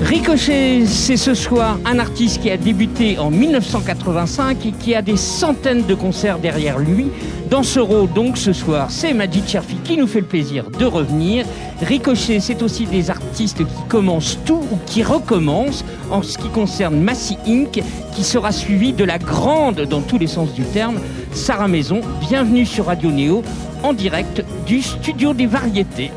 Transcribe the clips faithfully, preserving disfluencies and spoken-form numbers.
Ricochet, c'est ce soir un artiste qui a débuté en mille neuf cent quatre-vingt-cinq et qui a des centaines de concerts derrière lui. Dans ce rôle, donc, ce soir, c'est Majid Cherfi qui nous fait le plaisir de revenir. Ricochet, c'est aussi des artistes qui commencent tout ou qui recommencent en ce qui concerne Massy Incorporée, qui sera suivi de la grande, dans tous les sens du terme, Sarah Maison. Bienvenue sur Radio Néo, en direct du Studio des Variétés.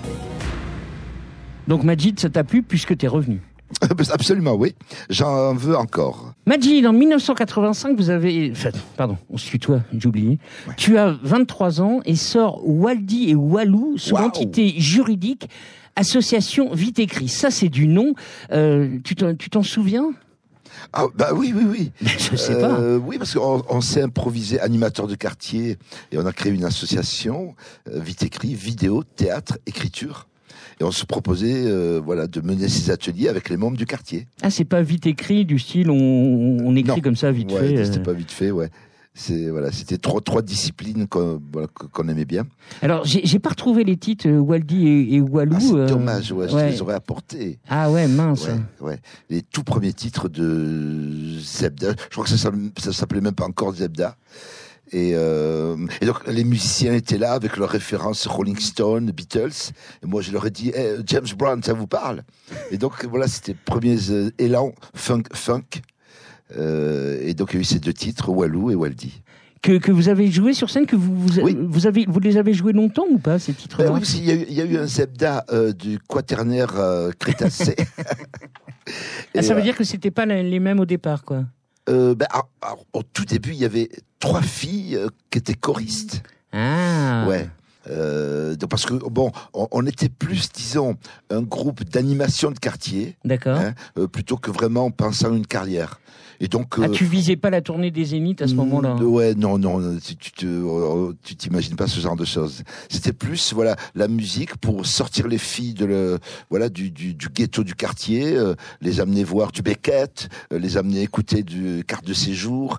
Donc Majid, ça t'a plu puisque t'es revenu? Absolument, oui. J'en veux encore. Majid, en mille neuf cent quatre-vingt-cinq, vous avez... Enfin, pardon, on se tutoie, j'ai oublié. Ouais. Tu as vingt-trois ans et sors Waldy et Walou sous wow. l'entité juridique Association Vite Écrit. Ça, c'est du nom. Euh, tu, t'en, tu t'en souviens? Ah bah oui, oui, oui. Je sais pas. Euh, oui, parce qu'on on s'est improvisé animateur de quartier et on a créé une association, euh, Vite Écrit, vidéo, théâtre, écriture. Et on se proposait euh, voilà, de mener ces ateliers avec les membres du quartier. Ah, c'est pas vite écrit, du style on, on écrit non. comme ça, vite ouais, fait. C'était euh... pas vite fait, ouais. C'est, voilà, c'était trois, trois disciplines qu'on, voilà, qu'on aimait bien. Alors, j'ai, j'ai pas retrouvé les titres euh, Waldy et, et Walou. Ah, c'est euh... dommage, ouais, je ouais. te les aurais apportés. Ah ouais, mince. Ouais, ouais. Les tout premiers titres de Zebda, je crois que ça, ça s'appelait même pas encore Zebda. Et, euh, et donc les musiciens étaient là avec leurs références Rolling Stone, Beatles. Et moi je leur ai dit hey, James Brown, ça vous parle? Et donc voilà, c'était le premier euh, élan funk. funk. Euh, et donc il y a eu ces deux titres, Walou et Waldy. Que, que vous avez joué sur scène, que vous vous, oui. vous avez vous les avez joués longtemps ou pas ces titres-là? Ben oui, il y, a eu, il y a eu un Zebda euh, du Quaternaire euh, Crétacé. ah, ça veut euh, dire que c'était pas les mêmes au départ, quoi. Euh, ben, alors, alors, au tout début, il y avait trois filles euh, qui étaient choristes. Ah. Ouais. Euh, donc parce que bon, on, on était plus, disons, un groupe d'animation de quartier. D'accord. Hein, euh, plutôt que vraiment pensant à une carrière. Et donc. Ah, euh, tu visais pas la tournée des Zéniths à ce moment-là? euh, Ouais, non, non, tu, tu, te, tu t'imagines pas ce genre de choses. C'était plus, voilà, la musique pour sortir les filles de le, voilà, du, du, du ghetto du quartier, euh, les amener voir du Beckett, euh, les amener écouter du carte de séjour.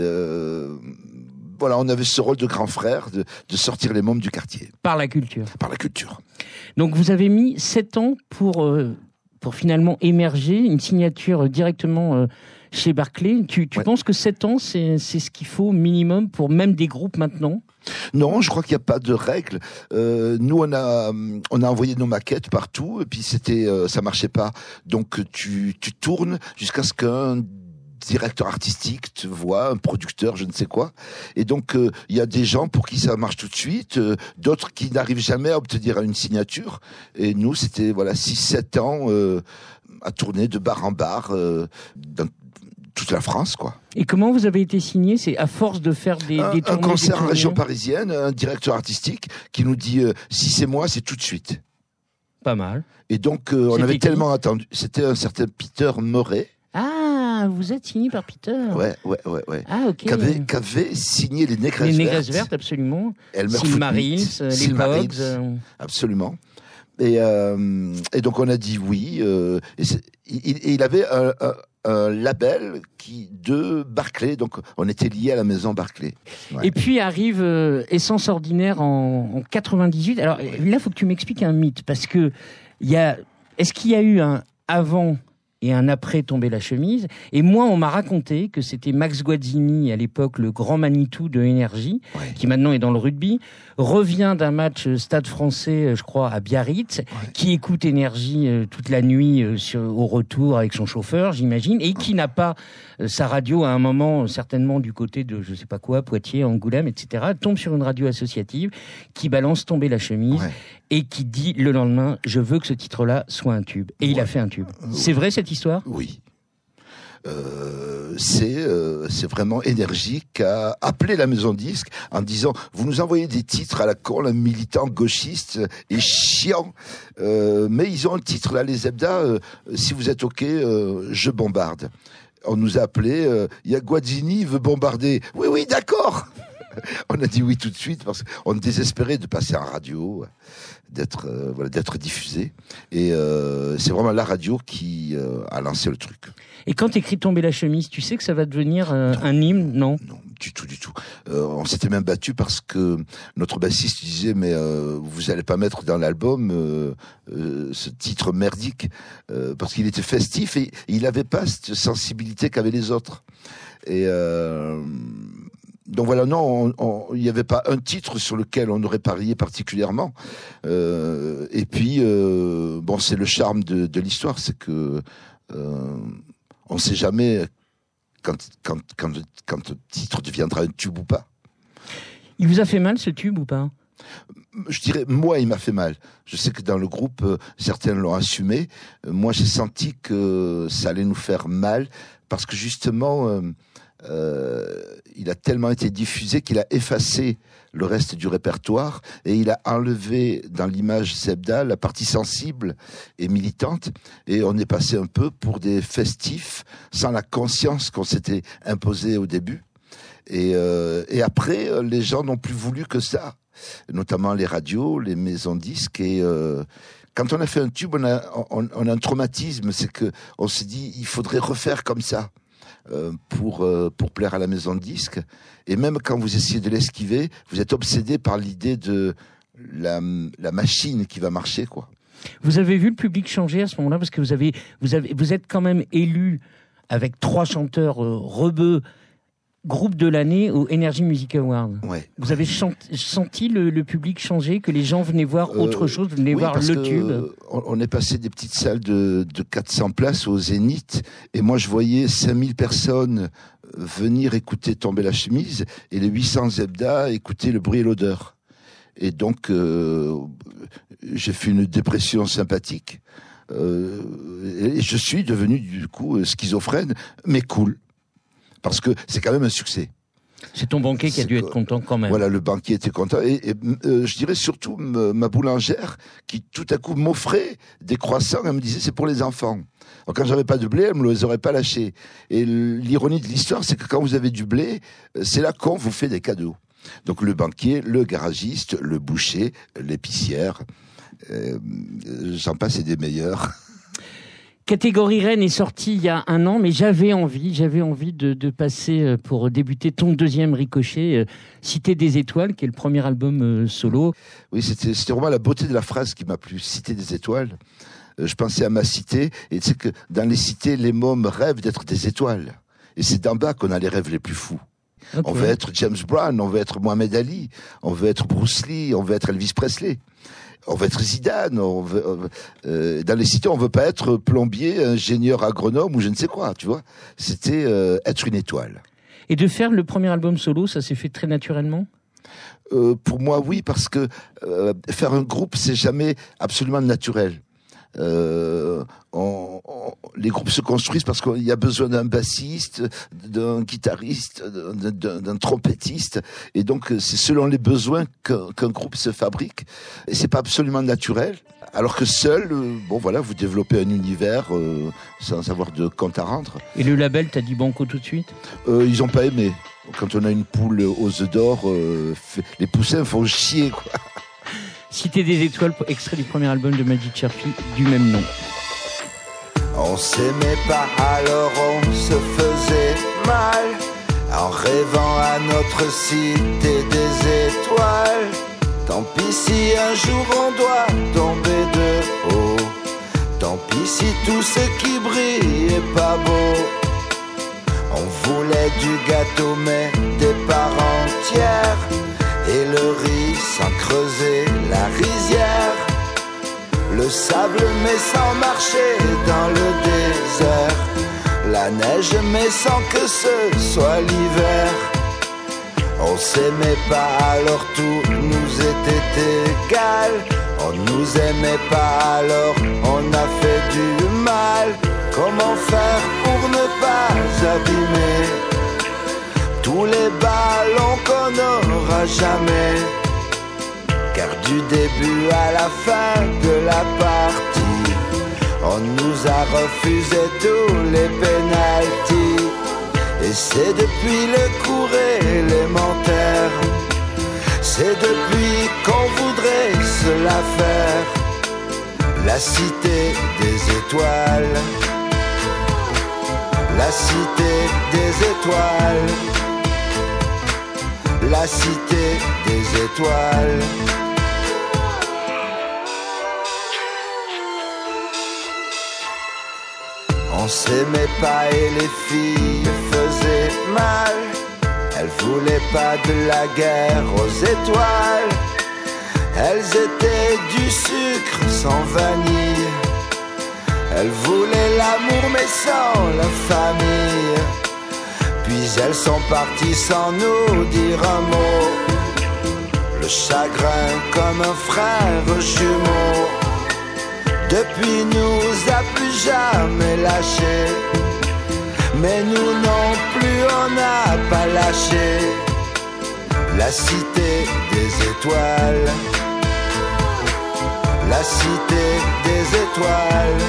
Euh, Voilà, on avait ce rôle de grand frère, de, de sortir les membres du quartier. Par la culture. Par la culture. Donc vous avez mis sept ans pour, euh, pour finalement émerger, une signature directement euh, chez Barclay. Tu, tu ouais. penses que sept ans, c'est, c'est ce qu'il faut minimum pour même des groupes maintenant ? Non, je crois qu'il n'y a pas de règle. Euh, nous, on a, on a envoyé nos maquettes partout, et puis c'était, euh, ça marchait pas. Donc tu, tu tournes jusqu'à ce qu'un directeur artistique te voit, un producteur, je ne sais quoi. Et donc, il euh, y a des gens pour qui ça marche tout de suite, euh, d'autres qui n'arrivent jamais à obtenir une signature. Et nous, c'était voilà six sept ans euh, à tourner de bar en bar euh, dans toute la France, quoi. Et comment vous avez été signé? C'est à force de faire des, un, des tournées, un concert des en région parisienne, un directeur artistique qui nous dit euh, si c'est moi, c'est tout de suite. Pas mal. Et donc, euh, on avait qui? tellement attendu. C'était un certain Peter Murray. Ah, vous êtes signé par Peter. Ouais, ouais, ouais, ouais. Ah, ok. Qu'avait, qu'avait signé les Négresses Vertes. Les Négresses Vertes, absolument. Silmarils, les Pogs. Euh... Absolument. Et, euh, et donc on a dit oui. Euh, et, il, et il avait un, un, un label qui de Barclay, donc on était liés à la maison Barclay. Ouais. Et puis arrive euh, Essence Ordinaire en, en quatre-vingt-dix-huit. Alors ouais. là, il faut que tu m'expliques un mythe, parce que il y a. Est-ce qu'il y a eu un avant et un après Tomber la chemise? Et moi, on m'a raconté que c'était Max Guazzini, à l'époque le grand Manitou de Énergie, ouais. qui maintenant est dans le rugby, revient d'un match Stade Français, je crois, à Biarritz, ouais. qui écoute Énergie euh, toute la nuit euh, sur, au retour avec son chauffeur, j'imagine, et qui n'a pas euh, sa radio à un moment, certainement du côté de, je sais pas quoi, Poitiers, Angoulême, et cetera, tombe sur une radio associative qui balance Tomber la chemise. Ouais. Et qui dit le lendemain, je veux que ce titre-là soit un tube. Et ouais. il a fait un tube. Euh, c'est vrai cette histoire ? Oui. Euh, c'est, euh, c'est vraiment Énergie qui a appelé la maison disque en disant vous nous envoyez des titres à la con, un militant gauchiste et chiant, euh, mais ils ont un titre là, les Zebda, euh, si vous êtes ok, euh, je bombarde. On nous a appelé, il euh, y a Guazzini, il veut bombarder. Oui, oui, d'accord. On a dit oui tout de suite parce qu'on désespérait de passer en radio, d'être euh, voilà, d'être diffusé. Et euh, c'est vraiment la radio qui euh, a lancé le truc. Et quand t'écris Tomber la chemise, tu sais que ça va devenir euh, un hymne, non? Non, du tout, du tout. Euh, on s'était même battu parce que notre bassiste disait mais euh, vous allez pas mettre dans l'album euh, euh, ce titre merdique euh, parce qu'il était festif et, et il avait pas cette sensibilité qu'avaient les autres. Et euh, donc voilà, non, il n'y avait pas un titre sur lequel on aurait parié particulièrement. Euh, et puis euh, bon, c'est le charme de, de l'histoire, c'est que euh, on ne sait jamais quand, quand, quand, quand le titre deviendra un tube ou pas. Il vous a fait mal ce tube ou pas? Je dirais, moi, il m'a fait mal. Je sais que dans le groupe, euh, certains l'ont assumé. Euh, moi, j'ai senti que ça allait nous faire mal parce que justement, euh, euh, il a tellement été diffusé qu'il a effacé le reste du répertoire et il a enlevé dans l'image Zebda la partie sensible et militante et on est passé un peu pour des festifs sans la conscience qu'on s'était imposé au début et, euh, et après les gens n'ont plus voulu que ça, notamment les radios, les maisons disques et euh, quand on a fait un tube on a, on, on a un traumatisme, c'est que on s'est dit il faudrait refaire comme ça. Euh, pour euh, pour plaire à la maison de disques et même quand vous essayez de l'esquiver vous êtes obsédé par l'idée de la, la machine qui va marcher quoi. Vous avez vu le public changer à ce moment-là parce que vous avez vous avez vous êtes quand même élu avec trois chanteurs euh, rebeux groupe de l'année au Energy Music Award. Ouais. Vous avez chant- senti le, le public changer, que les gens venaient voir autre euh, chose, venaient oui, voir parce le que tube. On, on est passé des petites salles de, de quatre cents places au Zénith, et moi je voyais cinq mille personnes venir écouter Tomber la chemise, et les huit cents Zebda écouter Le bruit et l'odeur. Et donc euh, j'ai fait une dépression sympathique, euh, et je suis devenu du coup schizophrène, mais cool. Parce que c'est quand même un succès. C'est ton banquier qui a dû être content quand même. Voilà, le banquier était content. Et, et euh, je dirais surtout m- ma boulangère qui tout à coup m'offrait des croissants. Elle me disait c'est pour les enfants. Alors, quand j'avais pas de blé, elle me les aurait pas lâchés. Et l'ironie de l'histoire, c'est que quand vous avez du blé, c'est là qu'on vous fait des cadeaux. Donc le banquier, le garagiste, le boucher, l'épicière, euh, j'en passe et des meilleurs. Catégorie Reine est sortie il y a un an, mais j'avais envie, j'avais envie de, de passer, pour débuter ton deuxième Ricochet, euh, Cité des étoiles, qui est le premier album euh, solo. Oui, c'était, c'était vraiment la beauté de la phrase qui m'a plu, Cité des étoiles. Euh, je pensais à ma cité, et tu sais que dans les cités, les mômes rêvent d'être des étoiles. Et c'est d'en bas qu'on a les rêves les plus fous. Okay. On veut être James Brown, on veut être Mohamed Ali, on veut être Bruce Lee, on veut être Elvis Presley. On veut être Zidane, on veut, euh, dans les cités, on veut pas être plombier, ingénieur agronome ou je ne sais quoi, tu vois. C'était euh, être une étoile. Et de faire le premier album solo, ça s'est fait très naturellement ? euh, Pour moi, oui, parce que euh, faire un groupe, c'est jamais absolument naturel. Euh, on, on, les groupes se construisent parce qu'il y a besoin d'un bassiste, d'un guitariste, d'un, d'un, d'un trompettiste, et donc c'est selon les besoins qu'un, qu'un groupe se fabrique. Et c'est pas absolument naturel. Alors que seul, euh, bon voilà, vous développez un univers euh, sans avoir de compte à rendre. Et le label t'a dit banco tout de suite ? euh, Ils ont pas aimé. Quand on a une poule aux œufs d'or, euh, fait, les poussins font chier, quoi. Cité des étoiles, extrait du premier album de Magic Cherfi du même nom. On s'aimait pas, alors on se faisait mal, en rêvant à notre cité des étoiles. Tant pis si un jour on doit tomber de haut, tant pis si tout ce qui brille est pas beau. On voulait du gâteau mais des parts entières, et le riz sans creuser la rizière, le sable mais sans marcher dans le désert, la neige mais sans que ce soit l'hiver. On s'aimait pas alors tout nous était égal, on nous aimait pas alors on a fait du mal. Comment faire pour ne pas abîmer tous les ballons qu'on n'aura jamais? Car du début à la fin de la partie, on nous a refusé tous les pénaltys. Et c'est depuis le cours élémentaire, c'est depuis qu'on voudrait se la faire, la cité des étoiles, la cité des étoiles, la cité des étoiles. On s'aimait pas et les filles faisaient mal. Elles voulaient pas de la guerre aux étoiles. Elles étaient du sucre sans vanille. Elles voulaient l'amour mais sans la famille. Puis elles sont parties sans nous dire un mot. Le chagrin comme un frère jumeau. Depuis nous a plus jamais lâché. Mais nous non plus on n'a pas lâché. La cité des étoiles, la cité des étoiles,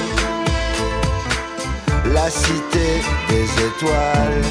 la cité des étoiles.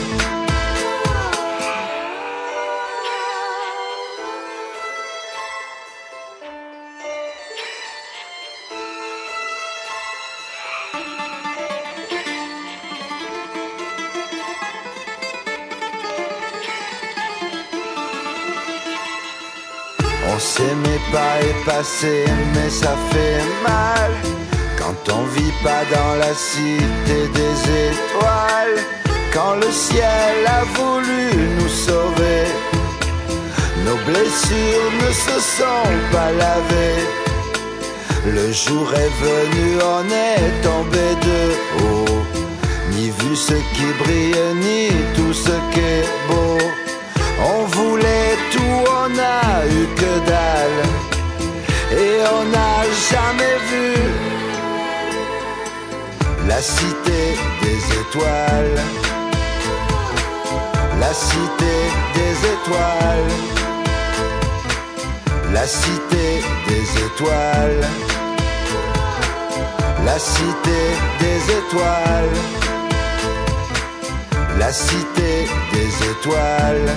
On s'aimait pas et passé, mais ça fait mal quand on vit pas dans la cité des étoiles. Quand le ciel a voulu nous sauver, nos blessures ne se sont pas lavées. Le jour est venu, on est tombé de haut, ni vu ce qui brille, ni tout ce qui est beau. On voulait tout, on n'a eu que dalle, et on n'a jamais vu la cité des étoiles, la cité des étoiles, la cité des étoiles, la cité des étoiles, la cité des étoiles.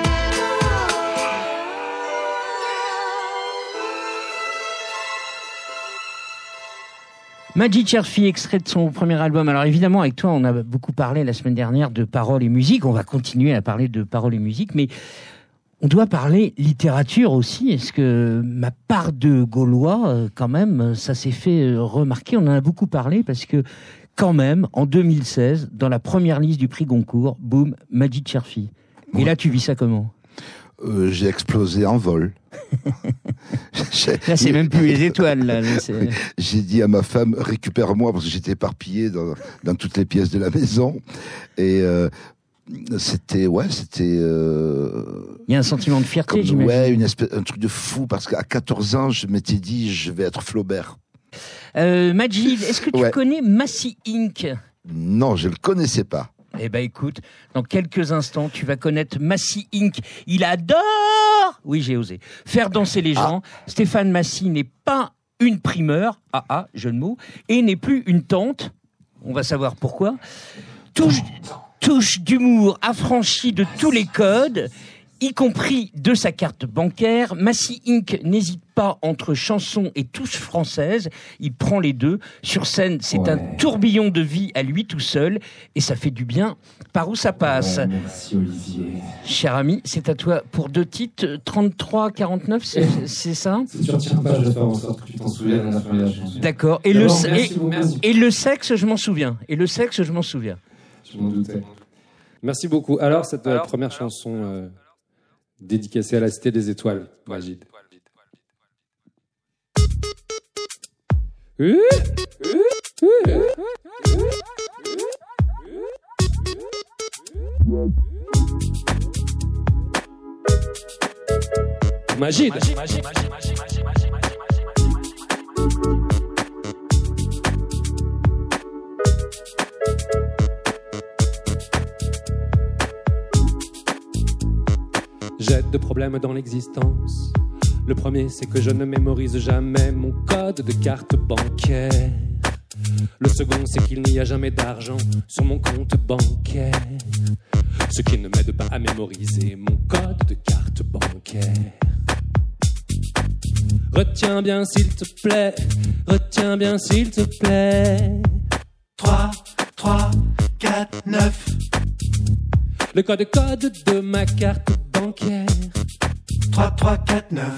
Majid Cherfi, extrait de son premier album. Alors évidemment, avec toi, on a beaucoup parlé la semaine dernière de paroles et musique. On va continuer à parler de paroles et musique, mais on doit parler littérature aussi. Est-ce que ma part de Gaulois, quand même, ça s'est fait remarquer. On en a beaucoup parlé parce que, quand même, en deux mille seize, dans la première liste du prix Goncourt, boum, Majid Cherfi. Et ouais. Là, tu vis ça comment ? euh, J'ai explosé en vol. Là, c'est même plus les étoiles. Là. Oui, j'ai dit à ma femme, récupère-moi, parce que j'étais éparpillé dans, dans toutes les pièces de la maison. Et euh, c'était, ouais, c'était... Euh, Il y a un sentiment de fierté, comme, j'imagine. Ouais, une espèce, un truc de fou, parce qu'à quatorze ans, je m'étais dit, je vais être Flaubert. Euh, Majid, est-ce que tu ouais. connais Massy Incorporé ? Non, je le connaissais pas. Eh ben écoute, dans quelques instants, tu vas connaître Massy Incorporé. Il adore, oui j'ai osé, faire danser les gens. Ah. Stéphane Massy n'est pas une primeur, ah ah, jeu de mots, et n'est plus une tante. On va savoir pourquoi. Touche, touche d'humour affranchi de tous les codes, y compris de sa carte bancaire. Massy Incorporé n'hésite pas entre chansons et touches françaises. Il prend les deux. Sur scène, c'est ouais. un tourbillon de vie à lui tout seul. Et ça fait du bien par où ça passe. Ouais, merci Olivier. Cher ami, c'est à toi pour deux titres. trente-trois quarante-neuf, c'est, c'est ça ? C'est sur Tiens pas, je vais faire en sorte que tu t'en souviennes à la fin de la chanson. D'accord. Et, le, merci, et, merci. et le sexe, je m'en souviens. Et le sexe, je m'en souviens. Je m'en doutais. Merci beaucoup. Alors, cette Alors, première alors, chanson... Euh... dédicacé à la Cité des Étoiles, Majid. Majid. J'ai deux problèmes dans l'existence. Le premier, c'est que je ne mémorise jamais mon code de carte bancaire. Le second, c'est qu'il n'y a jamais d'argent sur mon compte bancaire. ce qui ne m'aide pas à mémoriser mon code de carte bancaire. Retiens bien s'il te plaît, retiens bien s'il te plaît. trois, trois, quatre, neuf. Le code code de ma carte bancaire. trois, trois, quatre, neuf.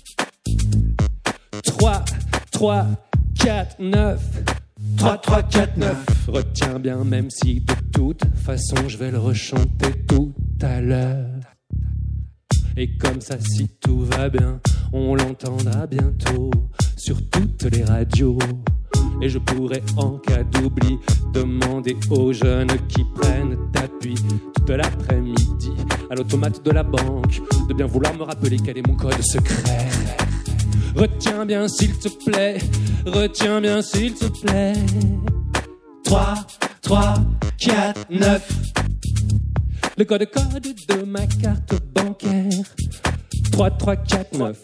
trois, trois, quatre, neuf. trois, trois, quatre, neuf. Retiens bien, même si de toute façon je vais le rechanter tout à l'heure. Et comme ça, si tout va bien, on l'entendra bientôt sur toutes les radios. Et je pourrais, en cas d'oubli, demander aux jeunes qui prennent appui toute l'après-midi à l'automate de la banque de bien vouloir me rappeler quel est mon code secret. Retiens bien s'il te plaît, retiens bien s'il te plaît. trois, trois, quatre, neuf. Le code code de ma carte bancaire. trois, trois, quatre, neuf.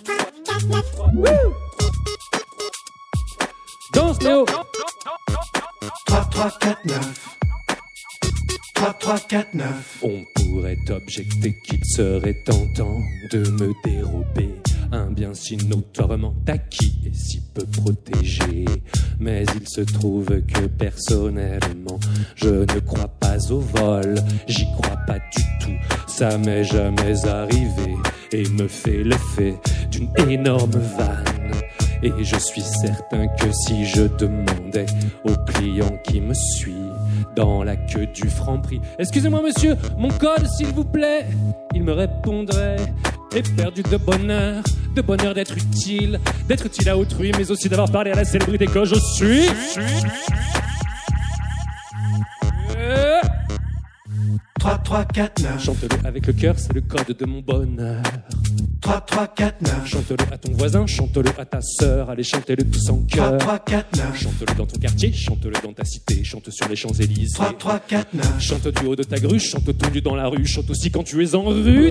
Danse Léo. trois, trois, quatre, neuf. trois, trois, quatre, neuf. On pourrait objecter qu'il serait tentant de me dérober un bien si notoirement acquis et si peu protégé. Mais il se trouve que personnellement, je ne crois pas au vol. J'y crois pas du tout, ça m'est jamais arrivé et me fait l'effet d'une énorme vanne. Et je suis certain que si je demandais au client qui me suit dans la queue du Franprix, excusez-moi monsieur, mon code s'il vous plaît, il me répondrait éperdu de bonheur, de bonheur d'être utile, d'être utile à autrui, mais aussi d'avoir parlé à la célébrité que je suis. Euh... trois, trois, quatre, neuf. Chante-le avec le cœur, c'est le code de mon bonheur. trois, trois, quatre, neuf. Chante-le à ton voisin, chante-le à ta sœur, allez chantez-le tous en cœur. trois, trois, quatre, neuf. Chante-le dans ton quartier, chante-le dans ta cité, chante sur les Champs-Élysées. trois, trois, quatre, neuf. Chante du haut de ta grue, chante tout nu dans la rue, chante aussi quand tu es en rue.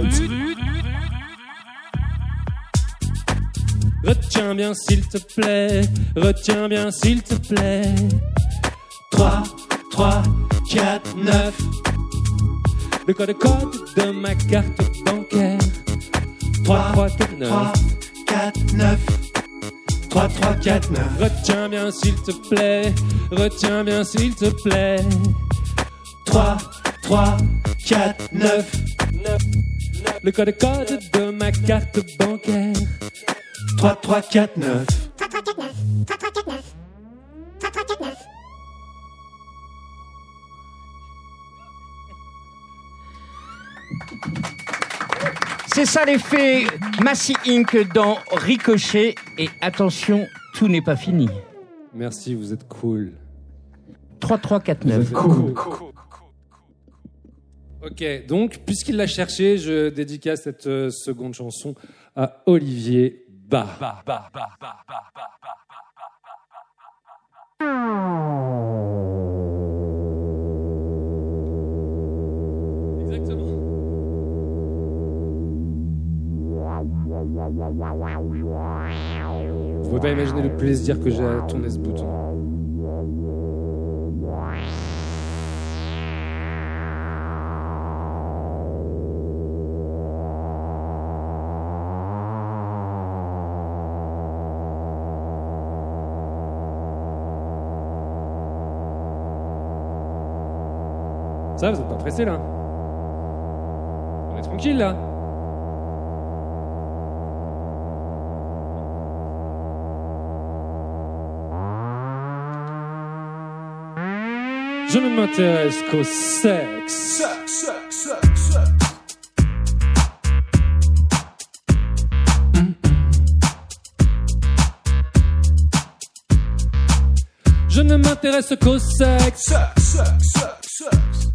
Retiens bien s'il te plaît, retiens bien s'il te plaît. trois, trois, quatre, neuf. Le code code de ma carte bancaire. trois, trois, quatre, neuf. trois, quatre, neuf. trois, trois, quatre, neuf. Retiens bien s'il te plaît, retiens bien s'il te plaît. trois, trois, quatre, neuf. Le code code de ma carte bancaire. trois, trois, quatre, neuf. C'est ça l'effet Massy Inc dans Ricochet. Et attention, tout n'est pas fini. Merci, vous êtes cool. trois, trois, quatre, neuf. Cool. Cool. Ok, donc, puisqu'il l'a cherché, je dédicace cette euh, seconde chanson à Olivier Bas. Bah, bah, bah, bah, bah, bah, bah, bah. Exactement. Vous pouvez pas imaginer le plaisir que j'ai à tourner ce bouton. Ça, vous êtes pas pressés là? On est tranquille là? Je ne m'intéresse qu'au sexe. Sexe, sexe, sexe. Je ne m'intéresse qu'au sexe. Sexe, sexe, sexe, sexe.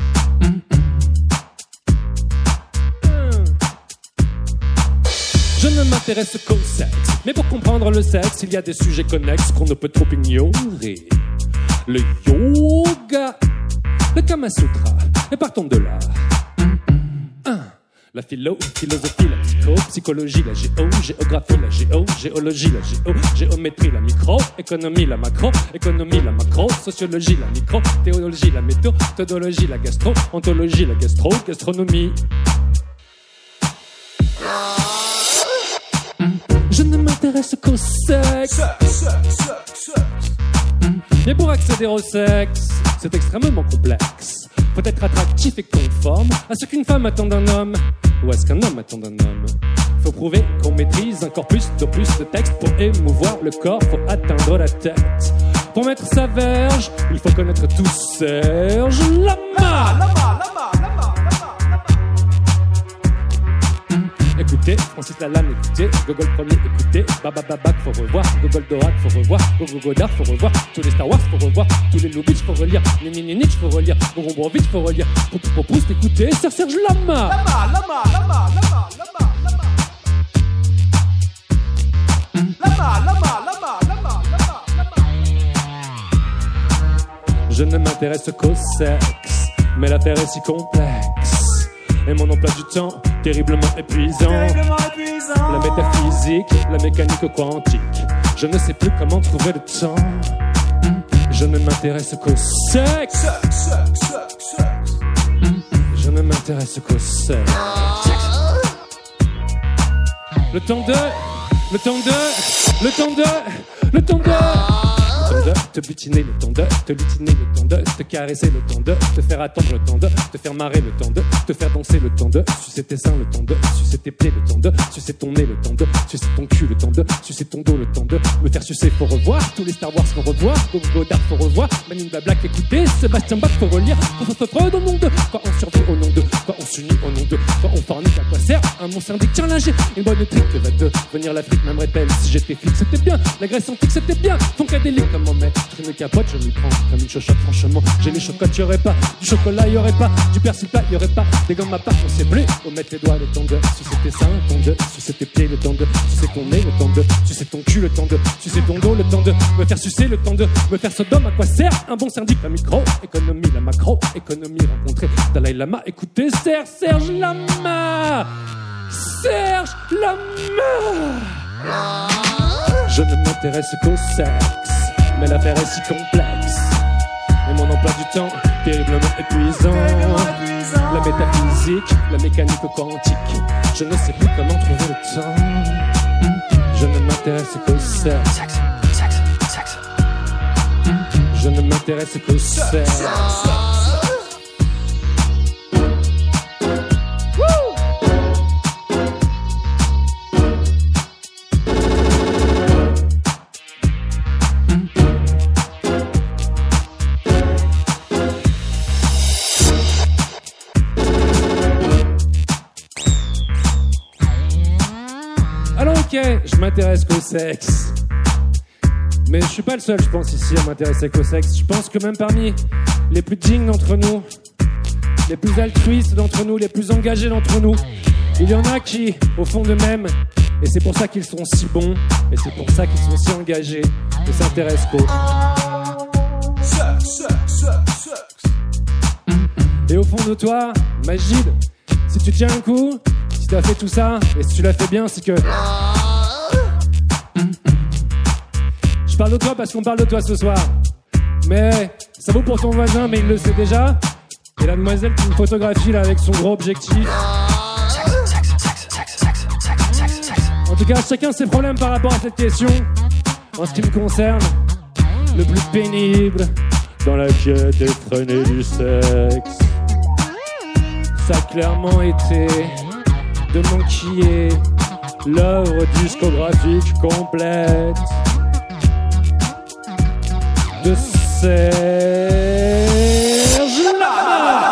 Je ne m'intéresse qu'au sexe. Mais pour comprendre le sexe, il y a des sujets connexes qu'on ne peut trop ignorer. Le yoga, le Kama Sutra. Et partons de là. un. La philo, philosophie, la psycho, psychologie, la géo, géographie, la géo, géologie, la géo, géométrie, la micro, économie, la macro, économie, la macro, sociologie, la micro, théologie, la méthodologie, la gastro, ontologie, la gastro, gastronomie. Je ne m'intéresse qu'au sexe. Et pour accéder au sexe, c'est extrêmement complexe. Faut être attractif et conforme à ce qu'une femme attend d'un homme, ou à ce qu'un homme attend d'un homme. Faut prouver qu'on maîtrise un corpus de plus de texte. Pour émouvoir le corps, faut atteindre la tête. Pour mettre sa verge, il faut connaître tout Serge Lama. Écoutez, Francis Lalanne, écoutez, Gogol premier, écoutez, Baba Babac, faut revoir, Gogol Dorak, faut revoir, Gogo Godard, faut revoir, tous les Star Wars, faut revoir, tous les Lubitsch, faut relire, Nini Ninich, faut relire, Gorombrovitch, faut relire, Poupou Popouste, écoutez, Sir Serge Lama. Lama, Lama, Lama, Lama, Lama, Lama. Lama, Lama, Lama, Lama, Lama, Lama. Je ne m'intéresse qu'au sexe, mais l'affaire est si complexe. Et mon emploi du temps, terriblement épuisant. terriblement épuisant. La métaphysique, la mécanique quantique. Je ne sais plus comment trouver le temps. Je ne m'intéresse qu'au sexe. Je ne m'intéresse qu'au sexe. Le temps de, le temps de, le temps de, le temps de. Le temps de te butiner, le temps de te lutiner, le temps de te caresser, le temps de te faire attendre, le temps de te faire marrer, le temps de te faire danser, le temps de sucer tes seins, le temps de sucer tes pieds, le temps de sucer ton nez, le temps de sucer ton cul, le temps de sucer ton dos, le temps de me faire sucer, faut revoir tous les Star Wars, faut revoir Gogo Godard, faut revoir Manin Blablac, écoutez Sébastien Bach, faut relire faut faut faut au nom de quoi on survit au nom de quoi on s'unit au nom de quoi on fornique, à quoi sert un mon syndic, tiens là j'ai une bonne trick que va devenir l'Afrique, m'aimerait-elle si j'étais flic, c'était bien la Grèce antique, c'était bien Foncadélique, comment mettre une capote, je m'y prends comme une chochotte, franchement j'ai les chocottes, y'aurait pas du chocolat, y'aurait pas du persil plat, y'aurait pas des gommes à part, on sait bleu, on met les doigts, le temps de sucer tes seins, le temps de sucer tes pieds, le temps de sucer ton nez, le temps de sucer ton cul, le temps de sucer ton dos, le temps de me faire sucer, le temps de me faire sodome, à quoi sert un bon syndic, la micro, économie, la macro, économie, rencontrer Dalai Lama, écoutez Serge, Serge Lama, Serge Lama. Je ne m'intéresse qu'au sexe, mais l'affaire est si complexe. Et mon emploi du temps, terriblement épuisant. La métaphysique, la mécanique quantique. Je ne sais plus comment trouver le temps. Je ne m'intéresse qu'au sexe. Je ne m'intéresse qu'au sexe. Ok, je m'intéresse qu'au sexe. Mais je suis pas le seul, je pense, ici à m'intéresser qu'au sexe. Je pense que même parmi les plus dignes d'entre nous, les plus altruistes d'entre nous, les plus engagés d'entre nous, il y en a qui, au fond d'eux-mêmes, et c'est pour ça qu'ils sont si bons, et c'est pour ça qu'ils sont si engagés, ne s'intéressent qu'au sexe, sexe, sexe. Et au fond de toi, Magid, si tu tiens un coup, si tu as fait tout ça, et si tu l'as fait bien, c'est que... Je parle de toi parce qu'on parle de toi ce soir. Mais ça vaut pour ton voisin, mais il le sait déjà. Et la demoiselle qui me photographie là avec son gros objectif. En tout cas, chacun ses problèmes par rapport à cette question. En ce qui me concerne, le plus pénible dans la quête effrénée du sexe, ça a clairement été de m'enquiller l'œuvre discographique complète de Serge Lama.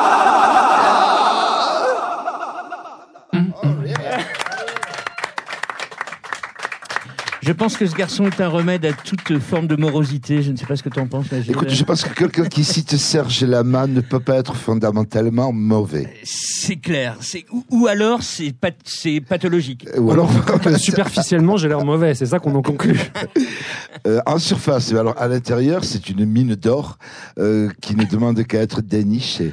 Je pense que ce garçon est un remède à toute forme de morosité. Je ne sais pas ce que tu en penses, Magid. Écoute, je pense que quelqu'un qui cite Serge Lama ne peut pas être fondamentalement mauvais. C'est clair. C'est, ou, ou alors, c'est, pat, c'est pathologique. Ou alors, superficiellement, j'ai l'air mauvais. C'est ça qu'on en conclut. euh, en surface, alors à l'intérieur, c'est une mine d'or euh, qui ne demande qu'à être dénichée.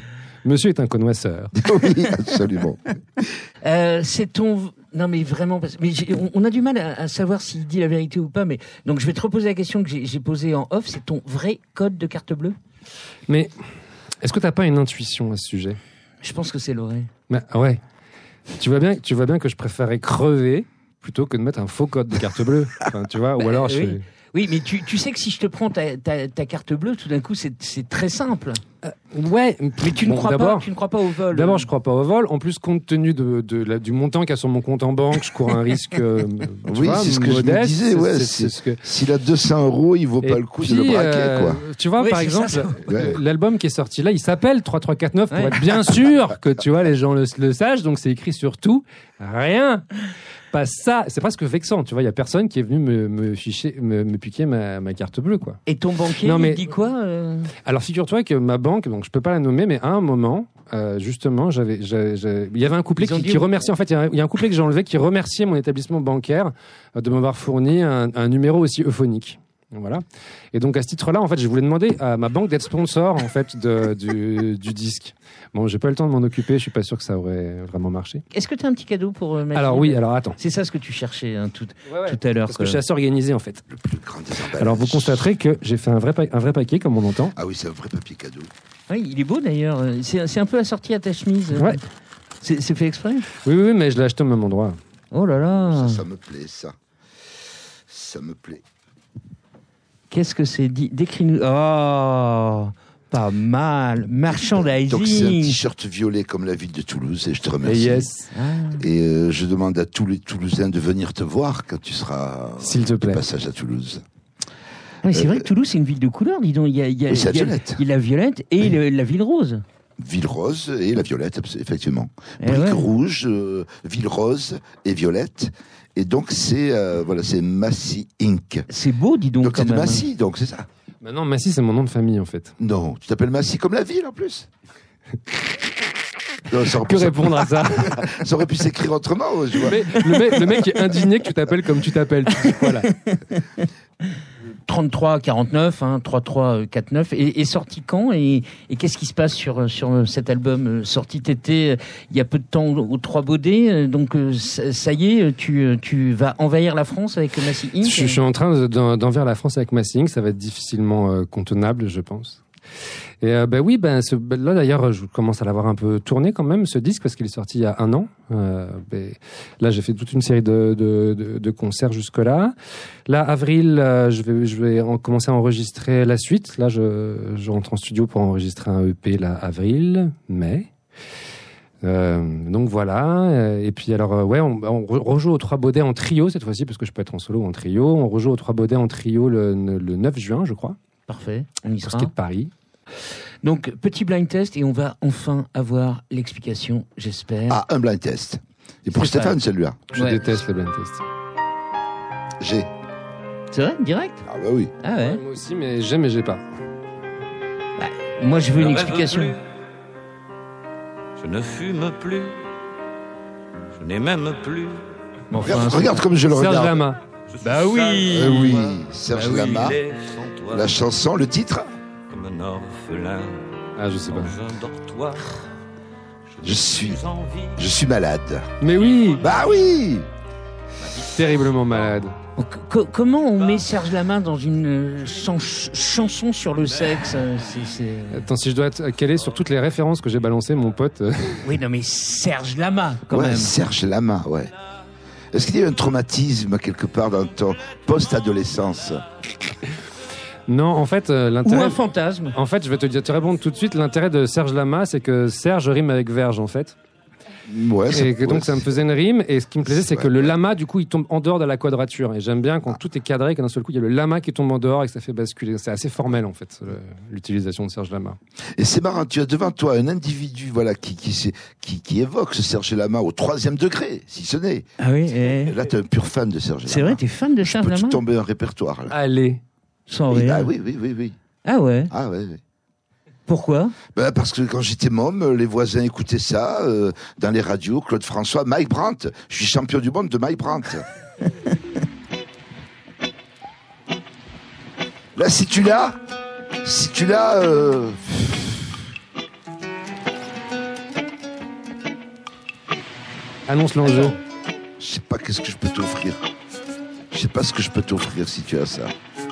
Monsieur est un connoisseur. Oui, absolument. Euh, c'est ton... Non mais vraiment, parce... mais j'ai- on, on a du mal à, à savoir s'il dit la vérité ou pas, mais donc je vais te reposer la question que j'ai, j'ai posée en off, c'est ton vrai code de carte bleue? Mais est-ce que t'as pas une intuition à ce sujet? Je pense que c'est l'oreille. Mais, ouais. Tu vois bien, tu vois bien que je préférais crever plutôt que de mettre un faux code de carte bleue. Enfin, tu vois, ou alors je oui. fais... Oui, mais tu, tu sais que si je te prends ta, ta, ta carte bleue, tout d'un coup, c'est, c'est très simple. Ouais, Mais tu, ne bon, crois pas, d'abord, tu ne crois pas au vol. D'abord, je crois pas au vol. En plus, compte tenu de, de la- du montant qu'il y a sur mon compte en banque, je cours un risque. euh, tu Oui, vois, c'est ce que je me modeste. disais, ouais, C'est- c'est- c'est ce que- S'il a deux cents euros, il vaut Et pas le coup puis, de le braquer, euh, quoi. Tu vois, Oui, par c'est exemple, ça, ça. Ouais. l'album qui est sorti là, il s'appelle trois trois quatre neuf pour Ouais. être bien sûr que tu vois les gens le, le sachent. Donc c'est écrit sur tout, rien. Pas ça, c'est presque vexant. Tu vois, il y a personne qui est venu me, me ficher, me, me piquer ma, ma carte bleue, quoi. Et ton banquier, Non, mais- il dit quoi euh Alors figure-toi que ma banque, donc je peux pas la nommer, mais à un moment, euh, justement, j'avais, j'avais- j'avais- il y avait un couplet Ils ont qui, dit- qui remerciait. En fait, il y a un, il y a un couplet que j'ai enlevé qui remerciait mon établissement bancaire euh, de m'avoir fourni un, un numéro aussi euphonique. Voilà. Et donc à ce titre-là, en fait, je voulais demander à ma banque d'être sponsor en fait de, du, du disque. Bon, j'ai pas eu le temps de m'en occuper. Je suis pas sûr que ça aurait vraiment marché. Est-ce que tu as un petit cadeau pour euh, Mathilde? Alors oui, alors attends. C'est ça ce que tu cherchais hein, tout, tout à l'heure. Parce que quoi. je suis assez organisé en fait. Le plus grand des emballages. Alors vous constaterez que j'ai fait un vrai, pa- un vrai paquet comme on entend. Ah oui, c'est un vrai papier cadeau. Oui, il est beau d'ailleurs. C'est, c'est un peu assorti à ta chemise. Ouais. C'est, c'est fait exprès? Oui, oui, mais je l'ai acheté au même endroit. Oh là là. Ça, ça me plaît, ça. Ça me plaît. Qu'est-ce que c'est? Dis- Décris-nous. Oh, pas mal. Merchandising. Donc c'est un t-shirt violet comme la ville de Toulouse et je te Et remercie. yes, Ah. Et euh, je demande à tous les Toulousains de venir te voir quand tu seras s'il te de plaît. passage à Toulouse. Oui, c'est Euh, vrai que Toulouse, c'est une ville de couleur, dis donc. Il y a, il y a, Oui, c'est la il y a- violette. il y a la violette et Oui. le- la ville rose. Ville rose et la violette, abs- effectivement. Eh Brique ouais. rouge, euh, ville rose et violette. Et donc c'est euh, voilà, c'est Massy Incorporated. C'est beau, dis donc. Donc quand c'est de même. Massy, donc c'est ça. Maintenant, Massy, c'est mon nom de famille en fait. Non, tu t'appelles Massy comme la ville en plus. Non, ça, aurait Que pu, répondre à ça? ça aurait pu s'écrire autrement, je vois. Mais le, mec, le mec est indigné que tu t'appelles comme tu t'appelles. Tu dis quoi là? trente-trois quarante-neuf, hein, trente-trois quarante-neuf. Et, et sorti quand? Et, et qu'est-ce qui se passe sur, sur cet album euh, sorti t'étais euh, il y a peu de temps aux Trois Baudets. euh, Donc euh, ça, ça y est, tu, tu vas envahir la France avec Massy Inc. Je, je suis en train de- d'en- d'envers la France avec Massy Inc. Ça va être difficilement euh, contenable, je pense. Et euh, bah oui, ben ce, ben là d'ailleurs, je commence à l'avoir un peu tourné quand même ce disque parce qu'il est sorti il y a un an. Euh, ben, là, j'ai fait toute une série de, de, de, de concerts jusque là. Là, avril, euh, je vais je vais en, commencer à enregistrer la suite. Là, je, je rentre en studio pour enregistrer un E P là, avril, mai. Euh, donc voilà. Et puis alors, euh, ouais, on, on re- rejoue aux Trois Baudets en trio cette fois-ci parce que je peux être en solo ou en trio. On rejoue aux Trois Baudets en trio le, le neuf juin, je crois, Parfait, on y pour ce sera. qui est de Paris. Donc petit blind test et on va enfin avoir l'explication, j'espère. Ah, un blind test. Et pour C'est Stéphane, celui-là. Je Ouais. déteste les blind tests. J'ai. C'est vrai, direct? Ah bah oui. Ah ouais. Moi aussi, mais j'aime et j'ai pas. Moi, je veux une Ne rêve explication. plus. Je ne fume plus. Je n'ai même plus. Mais enfin, Regarde, c'est- regarde comme je le Serge regarde. Lama. Je suis Bah oui. seul. Euh, oui, Serge Bah oui. Lama. Il est sans toi, La chanson, le titre. comme un orphelin Ah, je sais dans pas. un dortoir. Je suis, Plus envie. je suis malade. Mais oui, Bah oui. terriblement malade. Co- comment on met Serge Lama dans une euh, chan- chanson sur le sexe euh, c'est, c'est... Attends, si je dois être calé sur toutes les références que j'ai balancées, mon pote. euh, Oui, non, mais Serge Lama, quand ouais, même. Serge Lama, ouais. Est-ce qu'il y a eu un traumatisme quelque part dans ton post-adolescence? Non, en fait, euh, Ou l'intérêt. un fantasme. En fait, je vais te, dire- te répondre tout de suite. L'intérêt de Serge Lama, c'est que Serge rime avec verge, en fait. Ouais, Et que donc, ouais, ça me faisait une rime. Et ce qui me plaisait, c'est Ouais. que le lama, du coup, il tombe en dehors de la quadrature. Et j'aime bien quand tout est cadré, que d'un seul coup, il y a le lama qui tombe en dehors et que ça fait basculer. C'est assez formel, en fait, le- l'utilisation de Serge Lama. Et c'est marrant, tu as devant toi un individu, voilà, qui, qui, s'est- qui, qui évoque ce Serge Lama au troisième degré, si ce n'est. Ah oui, Et et... là, tu es un pur fan de Serge Lama. c'est vrai, t'es fan de Serge Peux-tu Lama? tomber un répertoire, là? Allez. Sans Et- rire. Ah oui, oui, oui, oui. Ah ouais. Ah ouais, oui. Pourquoi? Ben, parce que quand j'étais môme, les voisins écoutaient ça euh, dans les radios. Claude François, Mike Brandt. Je suis champion du monde de Mike Brandt. Là, si tu l'as, si tu l'as, euh, Annonce l'enjeu. Je sais pas qu'est-ce que je peux t'offrir. Je sais pas ce que je peux t'offrir si tu as ça.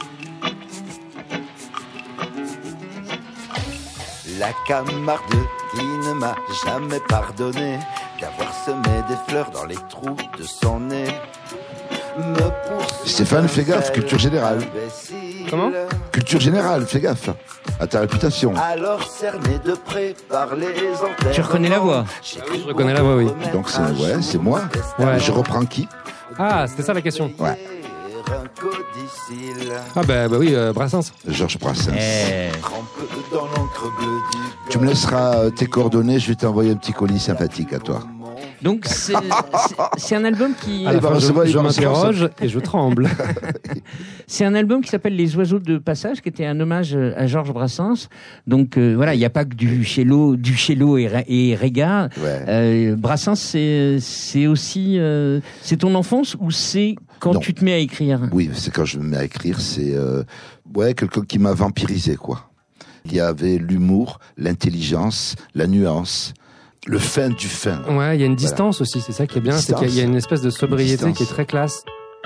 La Camargue qui ne m'a jamais pardonné d'avoir semé des fleurs dans les trous de son nez. Me pousse Stéphane, fais gaffe, culture générale. imbécile. Comment Culture générale, fais gaffe à ta réputation. Alors cerné de près par les antennes. Tu reconnais la voix? J'ai oui, je reconnais la voix, oui. Donc c'est ouais, c'est moi. Ouais. Je reprends qui? Ah, c'était ça la question. Ouais. un codicile. Ah bah, bah oui, euh, Brassens. Georges Brassens. Eh. Trempe dans l'encre bleue du Tu me laisseras euh, tes coordonnées, je vais t'envoyer un petit colis sympathique à toi. Donc c'est, c'est, c'est un album qui... À la va fin, je, recevoir- il je va recevoir m'interroge et je tremble. C'est un album qui s'appelle Les Oiseaux de Passage, qui était un hommage à Georges Brassens. Donc euh, voilà, il n'y a pas que du cello, du cello et, Re- et Réga. Ouais. Euh, Brassens, c'est, c'est aussi... euh, c'est ton enfance ou c'est quand Non. tu te mets à écrire? Oui, c'est quand je me mets à écrire, c'est euh, ouais, quelqu'un qui m'a vampirisé, quoi. Il y avait l'humour, l'intelligence, la nuance, le fin du fin. Ouais, il y a une distance aussi, c'est ça qui est bien, c'est qu'il y a- il y a une espèce de sobriété Distance. qui est très classe.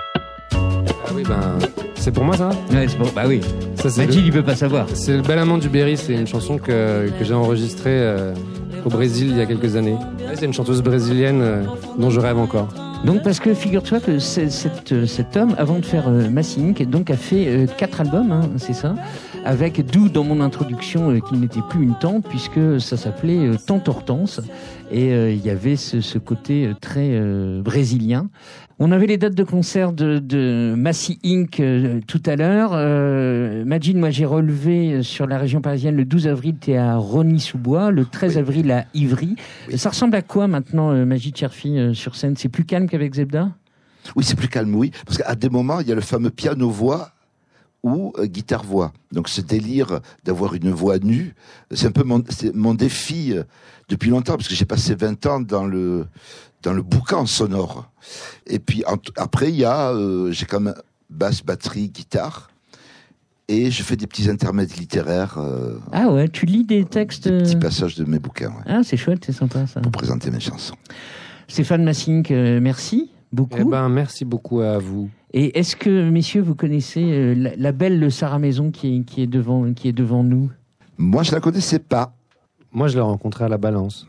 Ah oui, ben, c'est pour moi ça. Ouais, c'est bon, bah oui. Ça, c'est Majid, le, il peut pas savoir. c'est le Bel Amant du Berry, c'est une chanson que, que j'ai enregistrée euh, au Brésil il y a quelques années. Ouais, c'est une chanteuse brésilienne euh, dont je rêve encore. Donc parce que figure-toi que c'est- cet, euh, cet homme, avant de faire euh, Massink, donc a fait euh, quatre albums, hein, c'est ça, avec d'où dans mon introduction euh, qu'il n'était plus une tante, puisque ça s'appelait euh, Tante Hortense, et euh, il y avait ce, ce côté euh, très euh, brésilien. On avait les dates de concert de, de Massy Incorporated euh, tout à l'heure. Euh, Majid, moi j'ai relevé euh, sur la région parisienne le douze avril, t'es à Rosny-sous-Bois, le treize Oui. avril à Ivry. Oui. Ça ressemble à quoi maintenant, euh, Majid Cherfi, euh, sur scène? C'est plus calme qu'avec Zebda? Oui, c'est plus calme, oui. Parce qu'à des moments, il y a le fameux piano-voix ou euh, guitare-voix. Donc ce délire d'avoir une voix nue, c'est un peu mon, c'est mon défi euh, depuis longtemps, parce que j'ai passé vingt ans dans le, dans le boucan sonore. Et puis en- après, il y a, euh, j'ai quand même basse, batterie, guitare, et je fais des petits intermèdes littéraires, euh, Ah ouais, tu lis des textes. des petits euh, passages de mes bouquins, ouais, Ah, c'est chouette, c'est sympa ça. pour présenter mes chansons. Stéphane Massink, euh, merci beaucoup. Eh ben, merci beaucoup à vous. Et est-ce que, messieurs, vous connaissez euh, la, la belle Sarah Maison qui est, qui est devant, qui est devant nous? Moi, je la connaissais pas. Moi, je l'ai rencontré à la Balance.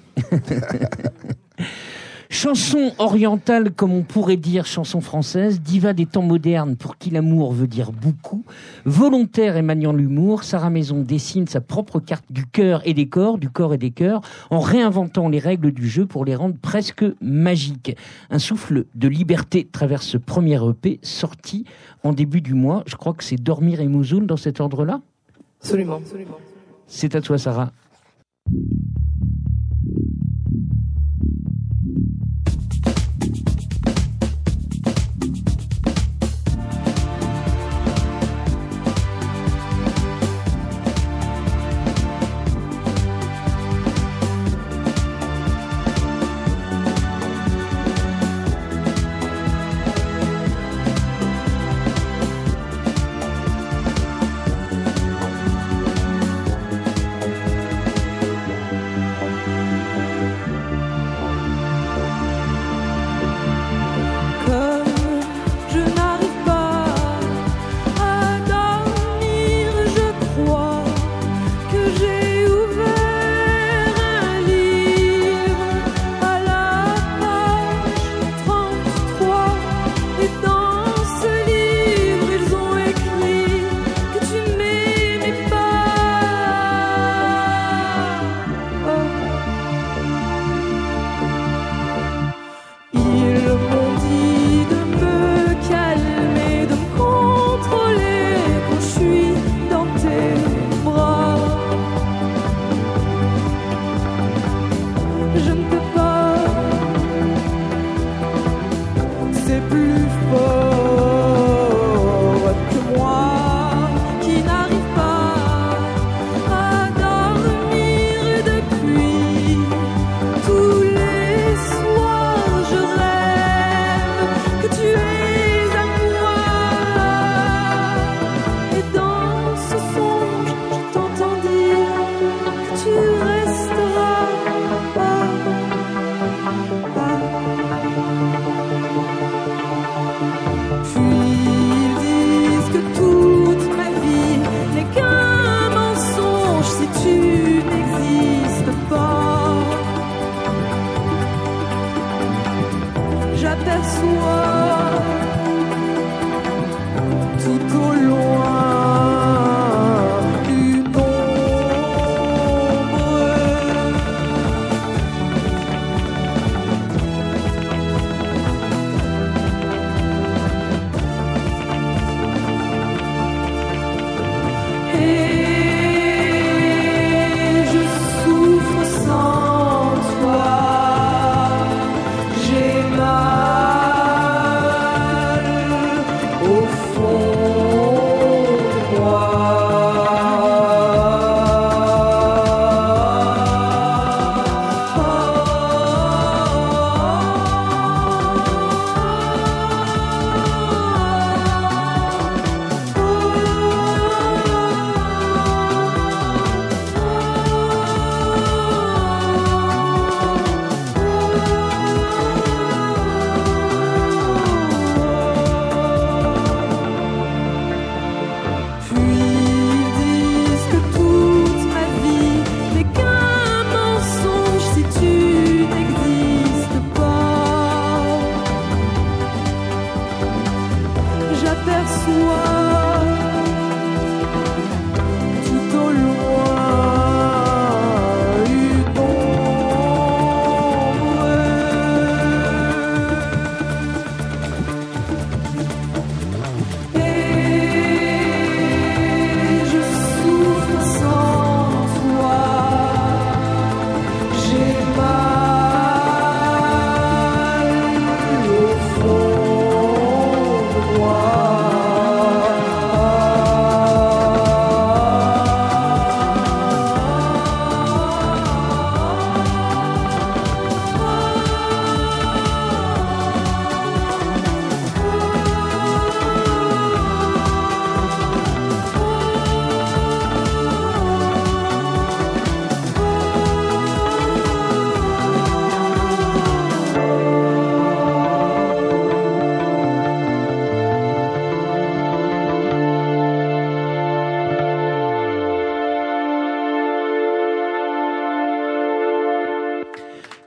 Chanson orientale, comme on pourrait dire chanson française, diva des temps modernes pour qui l'amour veut dire beaucoup, volontaire et maniant l'humour, Sarah Maison dessine sa propre carte du cœur et des corps, du corps et des cœurs, en réinventant les règles du jeu pour les rendre presque magiques. Un souffle de liberté traverse ce premier E P sorti en début du mois. Je crois que c'est Dormir et Mouzoul dans cet ordre-là. Absolument, absolument. C'est à toi, Sarah.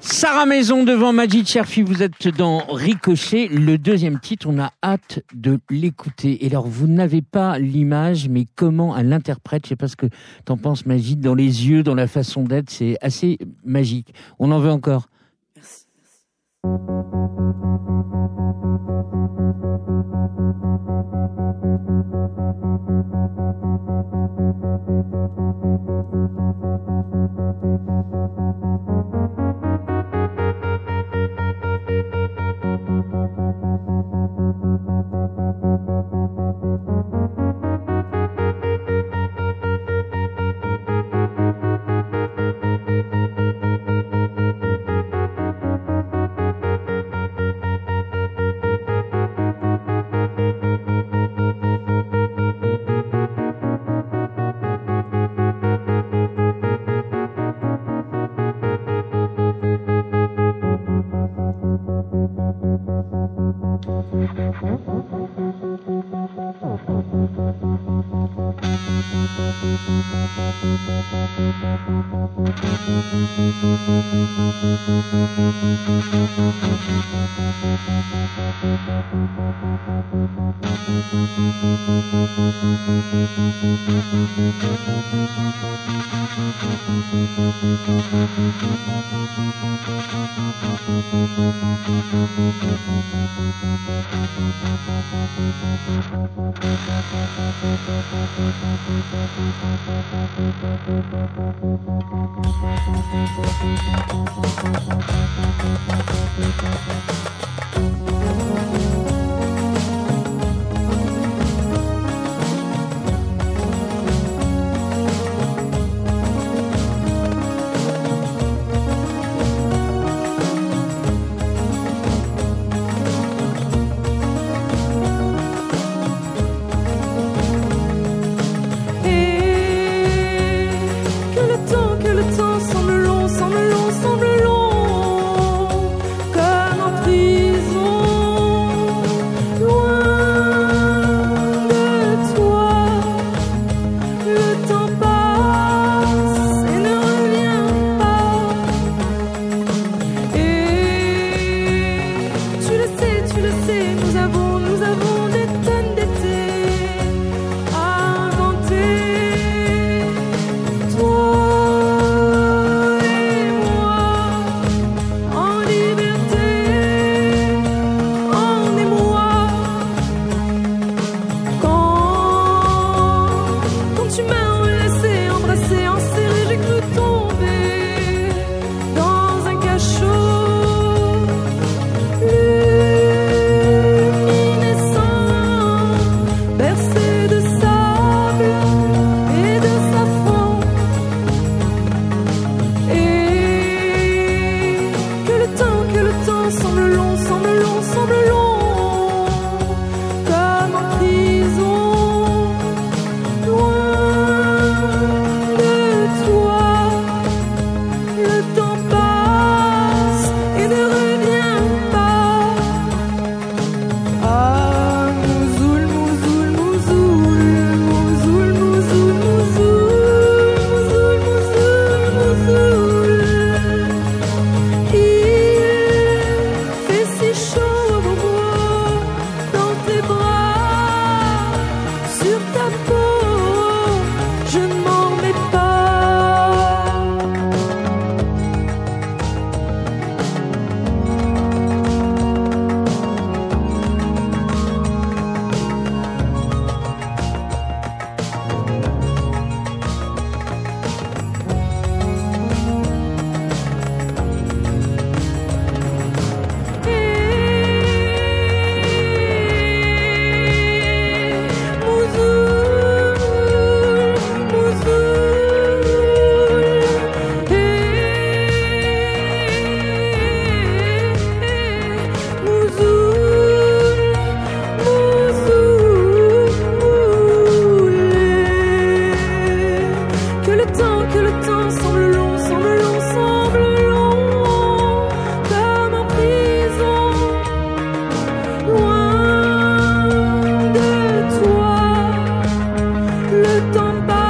Sarah Maison devant Majid Cherfi, vous êtes dans Ricochet. Le deuxième titre, on a hâte de l'écouter. Et alors, vous n'avez pas l'image, mais comment elle l'interprète, je sais pas ce que t'en penses, Majid, dans les yeux, dans la façon d'être, c'est assez magique. On en veut encore. Merci.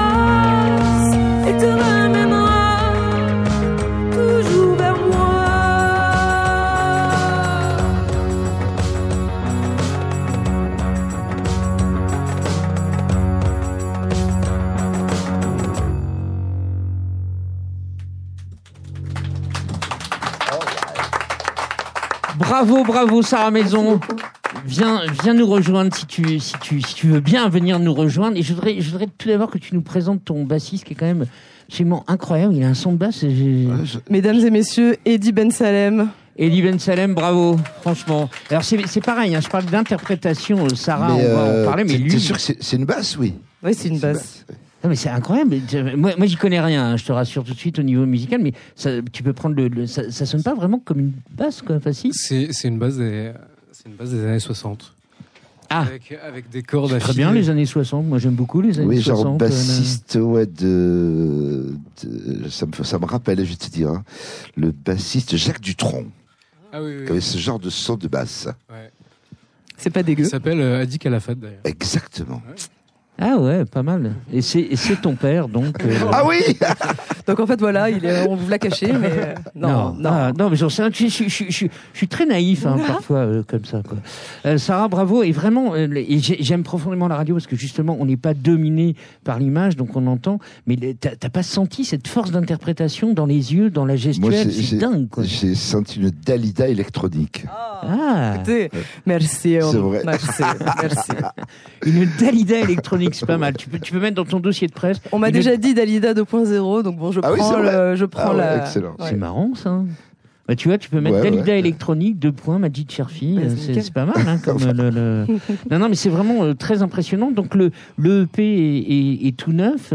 te ramènera toujours vers moi. Bravo, bravo, Sarah Maison. Viens, viens nous rejoindre si tu, si tu, si tu veux bien venir nous rejoindre. Et je voudrais, je voudrais tout d'abord que tu nous présentes ton bassiste qui est quand même absolument incroyable. Il a un son de basse. J'ai... Ouais, je... Mesdames et messieurs, Eddie Ben Salem. Eddie Ben Salem, bravo, franchement. Alors c'est, c'est pareil, hein, je parle d'interprétation, Sarah, mais on va euh, en parler, mais t'es, lui... T'es sûr que c'est, c'est une basse, oui? Oui, c'est une c'est basse. Une basse ouais. Non, mais c'est incroyable. Moi, moi, j'y connais rien, hein, je te rassure tout de suite au niveau musical, mais ça, tu peux prendre le... le ça, ça sonne pas vraiment comme une basse, quoi, facile. C'est, c'est, une base des, c'est une base des années soixante. Ah, avec, avec des cordes c'est très bien les années soixante, moi j'aime beaucoup les années oui, soixante. Oui, genre bassiste, euh, ouais, de, de ça, me, ça me rappelle, je vais te dire, hein, le bassiste Jacques Dutronc. Ah oui, oui, qui avait ce genre de son de basse. Ouais. C'est pas dégueu. Il s'appelle euh, Adi Calafat d'ailleurs. Exactement. Ouais. Ah ouais, pas mal. Et c'est, et c'est ton père, donc... Euh... Ah oui. Donc en fait, voilà, il est, on vous l'a caché, mais... Euh, non, non, non. Ah, non, mais j'en sais, je, je, je, je, je suis très naïf, hein, parfois, euh, comme ça, quoi. Euh, Sarah, bravo. Et vraiment, euh, et j'aime profondément la radio parce que justement, on n'est pas dominé par l'image, donc on entend. Mais t'as, t'as pas senti cette force d'interprétation dans les yeux, dans la gestuelle? Moi, c'est j'ai, dingue, quoi. J'ai senti une Dalida électronique. Ah, écoutez, merci. C'est vrai. Merci, merci. Une Dalida électronique, c'est pas mal. Tu peux, tu peux mettre dans ton dossier de presse. On m'a une... déjà dit Dalida deux point zéro, donc bon, je ah prends, oui, le, je prends ah ouais, la. Excellent. Ouais. C'est marrant, ça. Bah, tu vois, tu peux mettre ouais, Dalida ouais. électronique, deux points, Majid Cherfi, ouais, c'est, c'est pas mal, hein, comme le, le... Non, non, mais c'est vraiment euh, très impressionnant. Donc, le, le E P est, est, est tout neuf.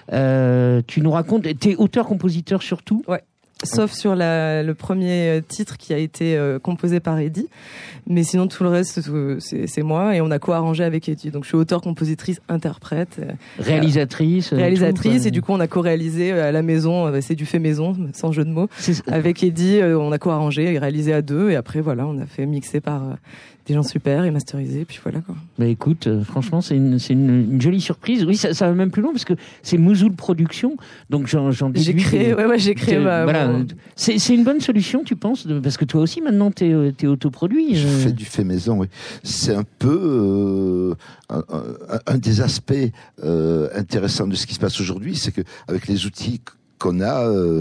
Euh, tu nous racontes, t'es auteur-compositeur surtout? Ouais. Sauf sur la, le premier titre qui a été euh, composé par Eddie. Mais sinon, tout le reste, c'est, c'est moi. Et on a co-arrangé avec Eddie. Donc, je suis auteur, compositrice, interprète. Réalisatrice. Euh, réalisatrice. Tout, et du coup, on a co-réalisé à la maison. C'est du fait maison, sans jeu de mots. C'est... Avec Eddie, on a co-arrangé et réalisé à deux. Et après, voilà, on a fait mixer par... Euh, des gens super et masterisés, et puis voilà quoi. Bah écoute, euh, franchement, c'est une, c'est une, une jolie surprise. Oui, ça, ça va même plus loin parce que c'est Mouzoul Productions, donc j'en, j'en déduis. J'ai créé, que, ouais, ouais, j'ai créé. Que, bah, voilà, bon. c'est, c'est une bonne solution, tu penses, de, parce que toi aussi maintenant t'es, t'es autoproduit. Je euh... fais du fait maison, oui. C'est un peu euh, un, un, un des aspects euh, intéressants de ce qui se passe aujourd'hui, c'est que avec les outils qu'on a, euh,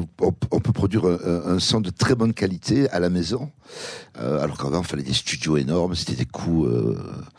on peut produire un, un son de très bonne qualité à la maison, euh, alors qu'avant il fallait des studios énormes, c'était des coûts euh,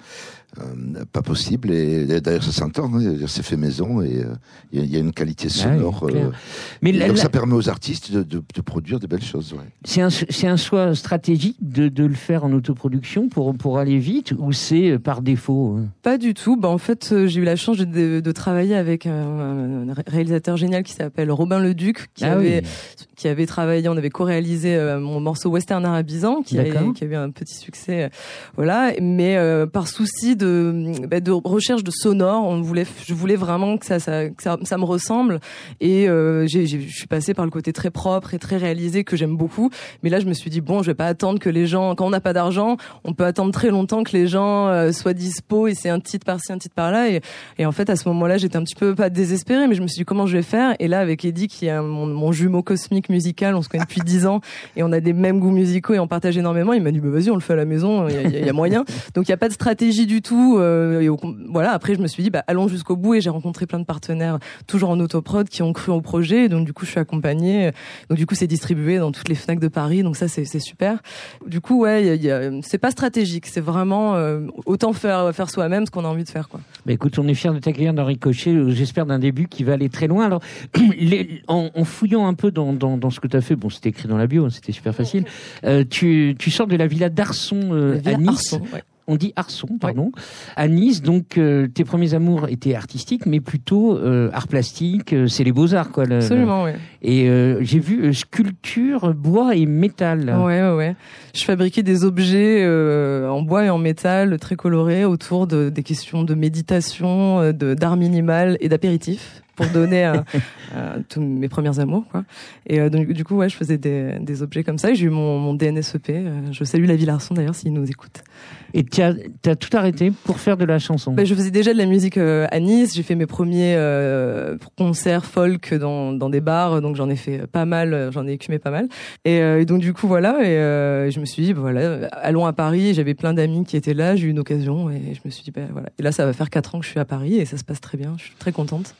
euh, pas possibles, et d'ailleurs ça s'entend, hein, c'est fait maison et il euh, y, y a une qualité sonore. Ah oui, euh, Mais la, donc la... ça permet aux artistes de, de, de produire de belles choses. Ouais. C'est un, c'est un choix stratégique de, de le faire en autoproduction pour, pour aller vite, ou c'est par défaut? Pas du tout. Bah, en fait, j'ai eu la chance de, de, de travailler avec un, un réalisateur génial qui s'appelle Robin Leduc, qui, ah avait, oui. qui avait travaillé, on avait co-réalisé euh, mon morceau Western Arabisant, qui, a, qui avait un petit succès, euh, voilà. Mais euh, par souci de, bah, de recherche de sonore, on voulait, je voulais vraiment que ça, ça, que ça, ça me ressemble. Et euh, j'ai, j'ai, je suis passée par le côté très propre et très réalisé que j'aime beaucoup. Mais là, je me suis dit bon, je vais pas attendre que les gens, quand on n'a pas d'argent, on peut attendre très longtemps que les gens euh, soient dispo. Et c'est un titre par-ci, un titre par-là. Et, et en fait, à ce moment-là, j'étais un petit peu pas désespérée, mais je me suis dit comment je vais faire. Et là, avec Eddie, qui est mon, mon jumeau cosmique musical, on se connaît depuis dix ans et on a des mêmes goûts musicaux et on partage énormément. Il m'a dit bah, vas-y, on le fait à la maison, il y a, y a moyen. Donc il y a pas de stratégie du tout. Euh, et au, voilà. Après, je me suis dit bah allons jusqu'au bout et j'ai rencontré plein de partenaires, toujours en autoprod, qui ont cru au projet. Donc du coup, je suis accompagnée. Donc du coup, c'est distribué dans toutes les Fnac de Paris. Donc ça, c'est, c'est super. Du coup, ouais, y a, y a, c'est pas stratégique. C'est vraiment euh, autant faire faire soi-même ce qu'on a envie de faire, quoi. Bah écoute, on est fiers de t'accueillir dans Ricochet. J'espère d'un début qui va aller très loin. Alors, les, en, en fouillant un peu dans, dans, dans ce que tu as fait, bon, c'était écrit dans la bio, hein, c'était super facile. Euh, tu, tu sors de la villa d'Arson euh, villa à Nice. Arson, ouais. On dit Arson, pardon, ouais. À Nice. Donc, euh, tes premiers amours étaient artistiques, mais plutôt euh, art plastique. Euh, c'est les beaux-arts, quoi. Le, Absolument, oui. Et euh, j'ai vu euh, sculpture, bois et métal. Ouais, ouais, ouais. Je fabriquais des objets euh, en bois et en métal, très colorés, autour de des questions de méditation, de d'art minimal et d'apéritif, pour donner à, à tous mes premiers amours, quoi. Et euh, donc du coup, ouais, je faisais des, des objets comme ça. Et j'ai eu mon, mon D N S E P. Euh, je salue la Villa Arson d'ailleurs s'ils nous écoutent. Et tu as, t'as tout arrêté pour faire de la chanson? Ben, je faisais déjà de la musique euh, à Nice. J'ai fait mes premiers euh, concerts folk dans, dans des bars, donc j'en ai fait pas mal, j'en ai écumé pas mal. Et, euh, et donc du coup voilà, et euh, je me suis dit ben, voilà, allons à Paris. J'avais plein d'amis qui étaient là, j'ai eu une occasion et je me suis dit ben voilà. Et là ça va faire quatre ans que je suis à Paris et ça se passe très bien. Je suis très contente. C'est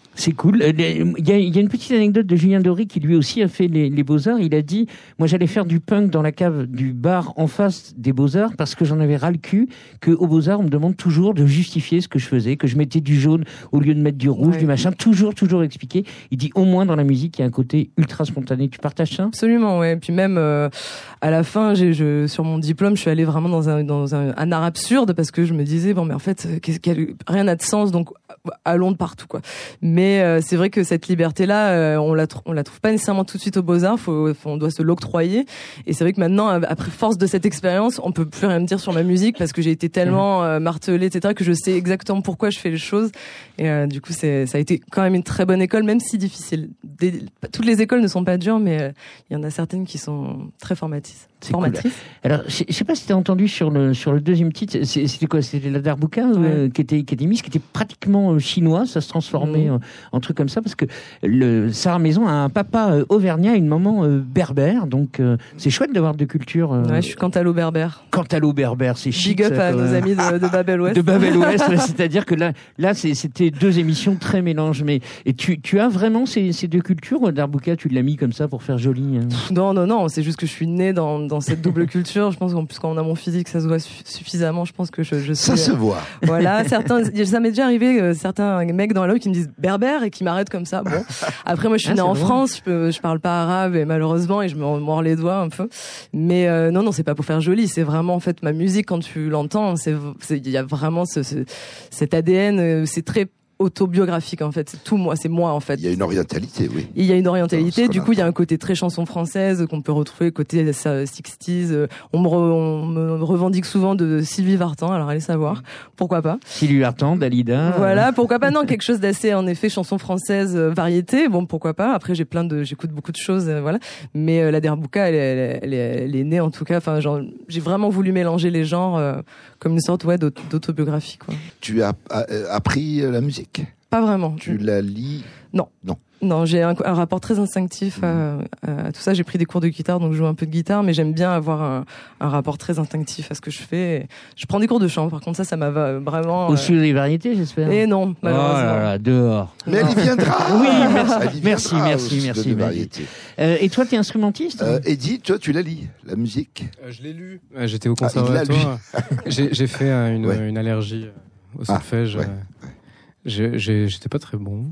cool. Il y a, il y a une petite anecdote de Julien Doré qui lui aussi a fait les, les Beaux-Arts. Il a dit, moi j'allais faire du punk dans la cave du bar en face des Beaux-Arts parce que j'en avais ras le cul qu'aux Beaux-Arts on me demande toujours de justifier ce que je faisais, que je mettais du jaune au lieu de mettre du rouge, ouais. du machin, toujours, toujours expliqué. Il dit au moins dans la musique il y a un côté ultra spontané. Tu partages ça? Absolument, ouais. Et puis même euh, à la fin, j'ai, je, sur mon diplôme, je suis allée vraiment dans un dans un, un art absurde parce que je me disais bon mais en fait qu'est-ce qu'il rien n'a de sens donc allons de partout quoi. Mais euh, c'est vrai que cette liberté là euh, on la on la trouve pas nécessairement tout de suite aux Beaux-Arts, faut, faut on doit se l'octroyer et c'est vrai que maintenant après force de cette expérience on peut plus rien me dire sur ma musique parce que j'ai été tellement euh, martelée etc que je sais exactement pourquoi je fais les choses et euh, du coup c'est ça a été quand même une très bonne école même si difficile. Des, toutes les écoles ne sont pas dures mais il euh, y en a certaines qui sont très formatrices. Cool. Alors, je sais pas si t'as entendu sur le sur le deuxième titre, c'était quoi? C'était la Darbuka ouais. euh, qui était qui était mise, qui était pratiquement euh, chinois, ça se transformait mmh. en, en truc comme ça parce que le Sarah Maison a un papa euh, auvergnat et une maman euh, berbère, donc euh, c'est chouette d'avoir de culture. Euh, ouais, je suis cantalo-berbère. Cantalo-berbère, c'est chic. Big up ça, à nos amis de, de Babel-Ouest. De Babel-Ouest, ouais, c'est-à-dire que là là c'est, c'était deux émissions très mélange. Mais et tu tu as vraiment ces ces deux cultures, Darbuka, tu l'as mis comme ça pour faire joli. Hein. Non non non, c'est juste que je suis née dans dans cette double culture. Je pense qu'en plus quand on a mon physique, ça se voit suffisamment. Je pense que je, je suis. Ça se voit. Euh, voilà, certains. Ça m'est déjà arrivé, euh, certains mecs dans la rue qui me disent berbère et qui m'arrêtent comme ça. Bon. Après, moi, je suis ah, née en France. Je, peux, je parle pas arabe et malheureusement, et je me mords les doigts un peu. Mais euh, non, non, c'est pas pour faire joli. C'est vraiment en fait ma musique quand tu l'entends. C'est, il y a vraiment ce, ce, cet A D N. Euh, c'est très autobiographique en fait, c'est tout moi, c'est moi en fait. Il y a une orientalité, oui. Il y a une orientalité, du coup il y a un côté très chanson française qu'on peut retrouver côté sixties. On me, re, on me revendique souvent de Sylvie Vartan, alors allez savoir, pourquoi pas. Sylvie Vartan, Dalida. Voilà, pourquoi pas, non, quelque chose d'assez en effet chanson française, variété, bon pourquoi pas. Après j'ai plein de, j'écoute beaucoup de choses, euh, voilà. Mais euh, la Darbuka, elle, elle, elle, elle, elle est née en tout cas, enfin genre j'ai vraiment voulu mélanger les genres euh, comme une sorte ouais d'autobiographie quoi. Tu as appris la musique? Pas vraiment. Tu la lis? Non. Non. Non, j'ai un, un rapport très instinctif à, à tout ça. J'ai pris des cours de guitare, donc je joue un peu de guitare, mais j'aime bien avoir un, un rapport très instinctif à ce que je fais. Je prends des cours de chant, par contre, ça, ça m'a vraiment... Au sud des variétés, j'espère. Et non, malheureusement. Oh là là, dehors. Mais elle y viendra. Oui, merci, elle y viendra merci, merci, merci. merci. Euh, et toi, t'es instrumentiste? euh, Eddie, toi, tu la lis, la musique? euh, Je l'ai lu. Euh, j'étais au conservatoire. Ah, j'ai, j'ai fait euh, une, ouais. une allergie au solfège. Ah, ouais, ouais. J'ai, j'ai, j'étais pas très bon.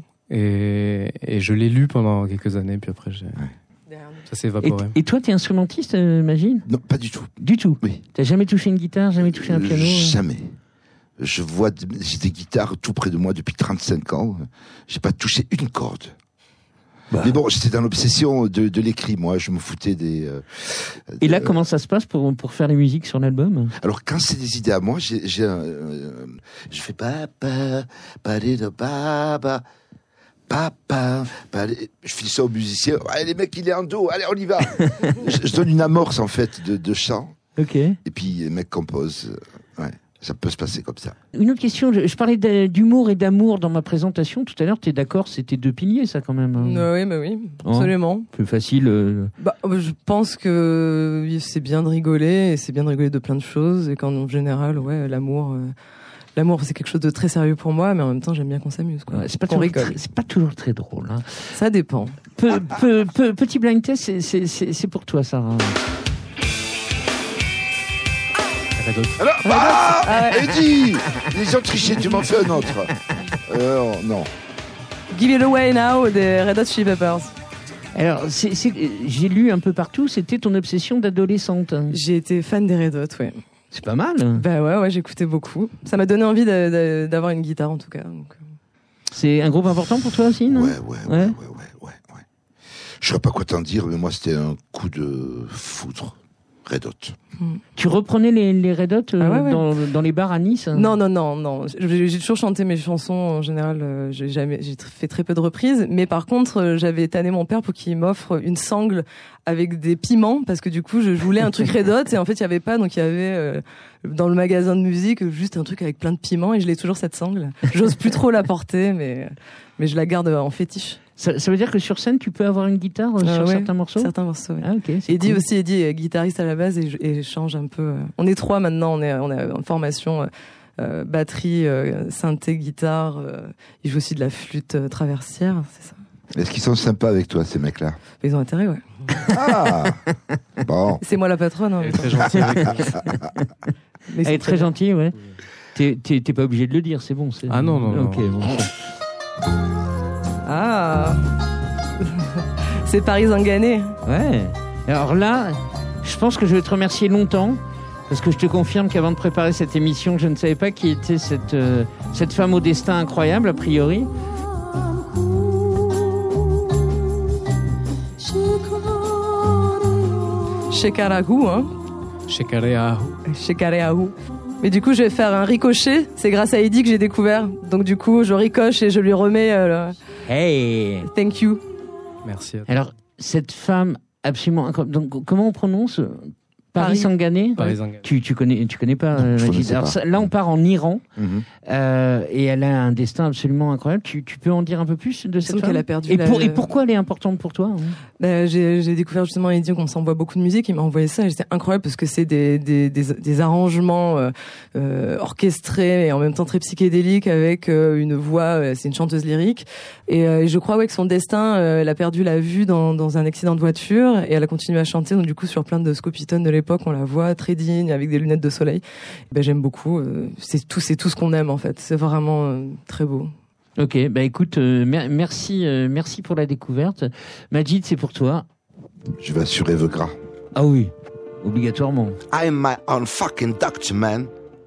Et, et je l'ai lu pendant quelques années, puis après, j'ai... Ouais. ça s'est évaporé. Et, et toi, t'es instrumentiste, euh, Magine? Non, pas du tout. Du tout? Oui. T'as jamais touché une guitare, jamais touché un piano? Jamais. Je vois, j'ai des guitares tout près de moi depuis trente-cinq ans. J'ai pas touché une corde. Bah. Mais bon, j'étais dans l'obsession de, de l'écrit, moi. Je me foutais des... Euh, et là, euh, comment ça se passe pour, pour faire les musiques sur l'album? Alors, quand c'est des idées à moi, j'ai, j'ai un... Euh, je fais papa, papa, papa, je file ça aux musiciens. Allez, les mecs, il est en dos. Allez, on y va. je, je donne une amorce, en fait, de, de chant. Ok. Et puis, les mecs composent. Ouais. Ça peut se passer comme ça. Une autre question, je, je parlais d'humour et d'amour dans ma présentation tout à l'heure, t'es d'accord, c'était deux piliers ça quand même hein. Oui, mais oui, absolument. Oh, plus facile euh... bah, je pense que c'est bien de rigoler, et c'est bien de rigoler de plein de choses, et qu'en général, ouais, l'amour... Euh... L'amour, c'est quelque chose de très sérieux pour moi, mais en même temps, j'aime bien qu'on s'amuse, quoi. Ouais, c'est pas toujours très, c'est pas toujours très drôle, hein. Ça dépend. Peu, peu, peu, petit blind test, c'est, c'est, c'est, c'est pour toi, Sarah. Alors, ah, ah ouais. Eddie, les gens trichaient, tu m'en fais un autre. Euh, non. Give It Away Now des Red Hot Chili Peppers. Alors, c'est, c'est, j'ai lu un peu partout, c'était ton obsession d'adolescente. J'ai été fan des Red Hot, ouais. C'est pas mal. Bah ouais, ouais, j'écoutais beaucoup. Ça m'a donné envie de, de, d'avoir une guitare, en tout cas. Donc. C'est un groupe important pour toi aussi, non? Ouais, ouais, ouais, ouais, ouais, ouais, ouais. Je sais pas quoi t'en dire, mais moi, c'était un coup de foudre. Red Hot. Hmm. Tu reprenais les, les Red Hot euh, ah ouais, ouais. Dans, dans les bars à Nice? Non, non, non, non. J'ai, j'ai toujours chanté mes chansons en général. Euh, j'ai jamais, j'ai fait très peu de reprises. Mais par contre, euh, j'avais tanné mon père pour qu'il m'offre une sangle avec des piments parce que du coup, je voulais un truc Red Hot et en fait, il y avait pas. Donc il y avait euh, dans le magasin de musique juste un truc avec plein de piments et je l'ai toujours cette sangle. J'ose plus trop la porter, mais mais je la garde en fétiche. Ça, ça veut dire que sur scène, tu peux avoir une guitare euh, sur ouais, certains morceaux? Certains morceaux, oui. Ah, ok. Eddie cool. aussi, Eddie est guitariste à la base et, et change un peu. On est trois maintenant, on est, on est en formation. euh, batterie, euh, synthé, guitare. Euh, il joue aussi de la flûte euh, traversière, c'est ça. Est-ce qu'ils sont sympas avec toi, ces mecs-là? Ils ont intérêt, ouais. Ah bon. C'est moi la patronne. Hein, Elle est très gentille avec nous. Elle est très gentille, ouais. T'es, t'es, t'es pas obligé de le dire, c'est bon. C'est... Ah non, non, Ok, non. bon. Ah c'est Paris Zangané. Ouais. Alors là, je pense que je vais te remercier longtemps, parce que je te confirme qu'avant de préparer cette émission, je ne savais pas qui était cette, euh, cette femme au destin incroyable, a priori. Shekarahu, hein. Shekareahu. Shekareahu. Mais du coup, je vais faire un ricochet. C'est grâce à Eddie que j'ai découvert. Donc du coup, je ricoche et je lui remets euh, le... Hey. Thank you. Merci à toi. Alors, cette femme absolument incroyable. Donc, comment on prononce Paris Zangané. Paris Zangané. Tu, tu connais, tu connais pas, euh, Majid. Alors, ça, là, on part en Iran, mm-hmm. euh, et elle a un destin absolument incroyable. Tu, tu peux en dire un peu plus de cette femme? Qu'elle a perdu et, la... pour, et pourquoi elle est importante pour toi? Hein? Bah, j'ai, j'ai découvert justement Eddie qu'on s'envoie beaucoup de musique. Il m'a envoyé ça et c'était incroyable parce que c'est des, des, des, des arrangements euh, euh, orchestrés et en même temps très psychédéliques avec euh, une voix. Euh, c'est une chanteuse lyrique et, euh, et je crois ouais que son destin, euh, elle a perdu la vue dans, dans un accident de voiture et elle a continué à chanter. Donc du coup sur plein de scopitones de l'époque, on la voit très digne avec des lunettes de soleil. Ben j'aime beaucoup. Euh, c'est tout, c'est tout ce qu'on aime en fait. C'est vraiment euh, très beau. Ok, bah écoute, euh, mer- merci, euh, merci pour la découverte. Majid, c'est pour toi. Je vais assurer Vegra. Ah oui, obligatoirement. I'm my own fucking doctor, man.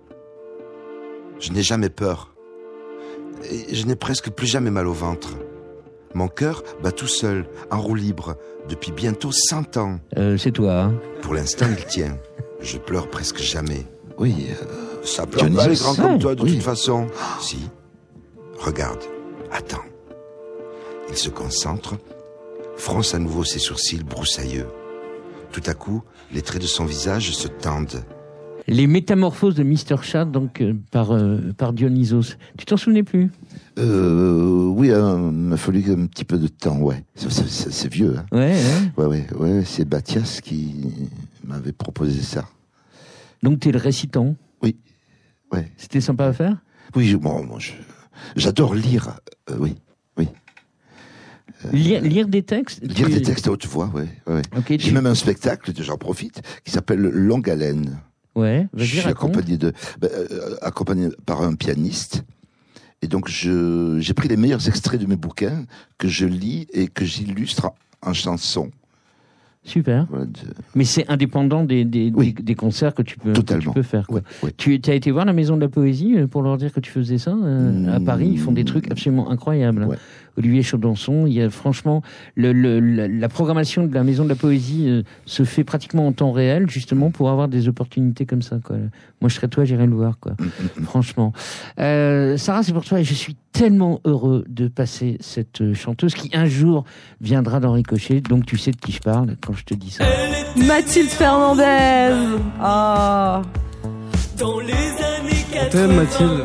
Je n'ai jamais peur. Et je n'ai presque plus jamais mal au ventre. Mon cœur bat tout seul, en roue libre, depuis bientôt cent ans. Euh, c'est toi, hein. Pour l'instant, il tient. Je pleure presque jamais. Oui. Euh, Ça pleure pas les grands ouais, comme toi, de oui. toute façon. Si. Regarde. Attends. Il se concentre, fronce à nouveau ses sourcils broussailleux. Tout à coup, les traits de son visage se tendent. Les métamorphoses de mister Chat, donc euh, par euh, par Dionysos. Tu t'en souvenais plus? euh, Oui, hein, il m'a fallu un petit peu de temps, ouais. C'est, c'est, c'est vieux. Hein. Ouais, ouais. Ouais, ouais, ouais. C'est Mathias qui m'avait proposé ça. Donc t'es le récitant. Oui. Ouais. C'était sympa à faire? Oui, je, bon, moi, je, j'adore lire. Euh, oui, oui. Euh, lire, lire des textes. Lire tu... des textes à haute voix, ouais. ouais. Okay, J'ai tu... même un spectacle, j'en profite, qui s'appelle Longue Haleine. Ouais, vas-y, je suis raconte. accompagné de, bah, euh, accompagné par un pianiste. Et donc, je, j'ai pris les meilleurs extraits de mes bouquins que je lis et que j'illustre en, en chansons. Super. Voilà, de... Mais c'est indépendant des, des, oui. des, des concerts que tu peux, Totalement. que tu peux faire. Quoi. Ouais, ouais. Tu as été voir la Maison de la Poésie pour leur dire que tu faisais ça euh, mmh. à Paris. Ils font des trucs absolument incroyables. Ouais. Olivier Chaudançon, il y a franchement le, le, la, la programmation de la Maison de la Poésie euh, se fait pratiquement en temps réel, justement pour avoir des opportunités comme ça. Quoi. Moi, je serais toi, j'irais le voir. Quoi. Mmh. Franchement, euh, Sarah, c'est pour toi et je suis tellement heureux de passer cette chanteuse qui un jour viendra dans Ricochet. Donc tu sais de qui je parle quand je te dis ça. Mathilde Fernandez. Ah. Dans les années quatre-vingt-dix. T'aimes Mathilde.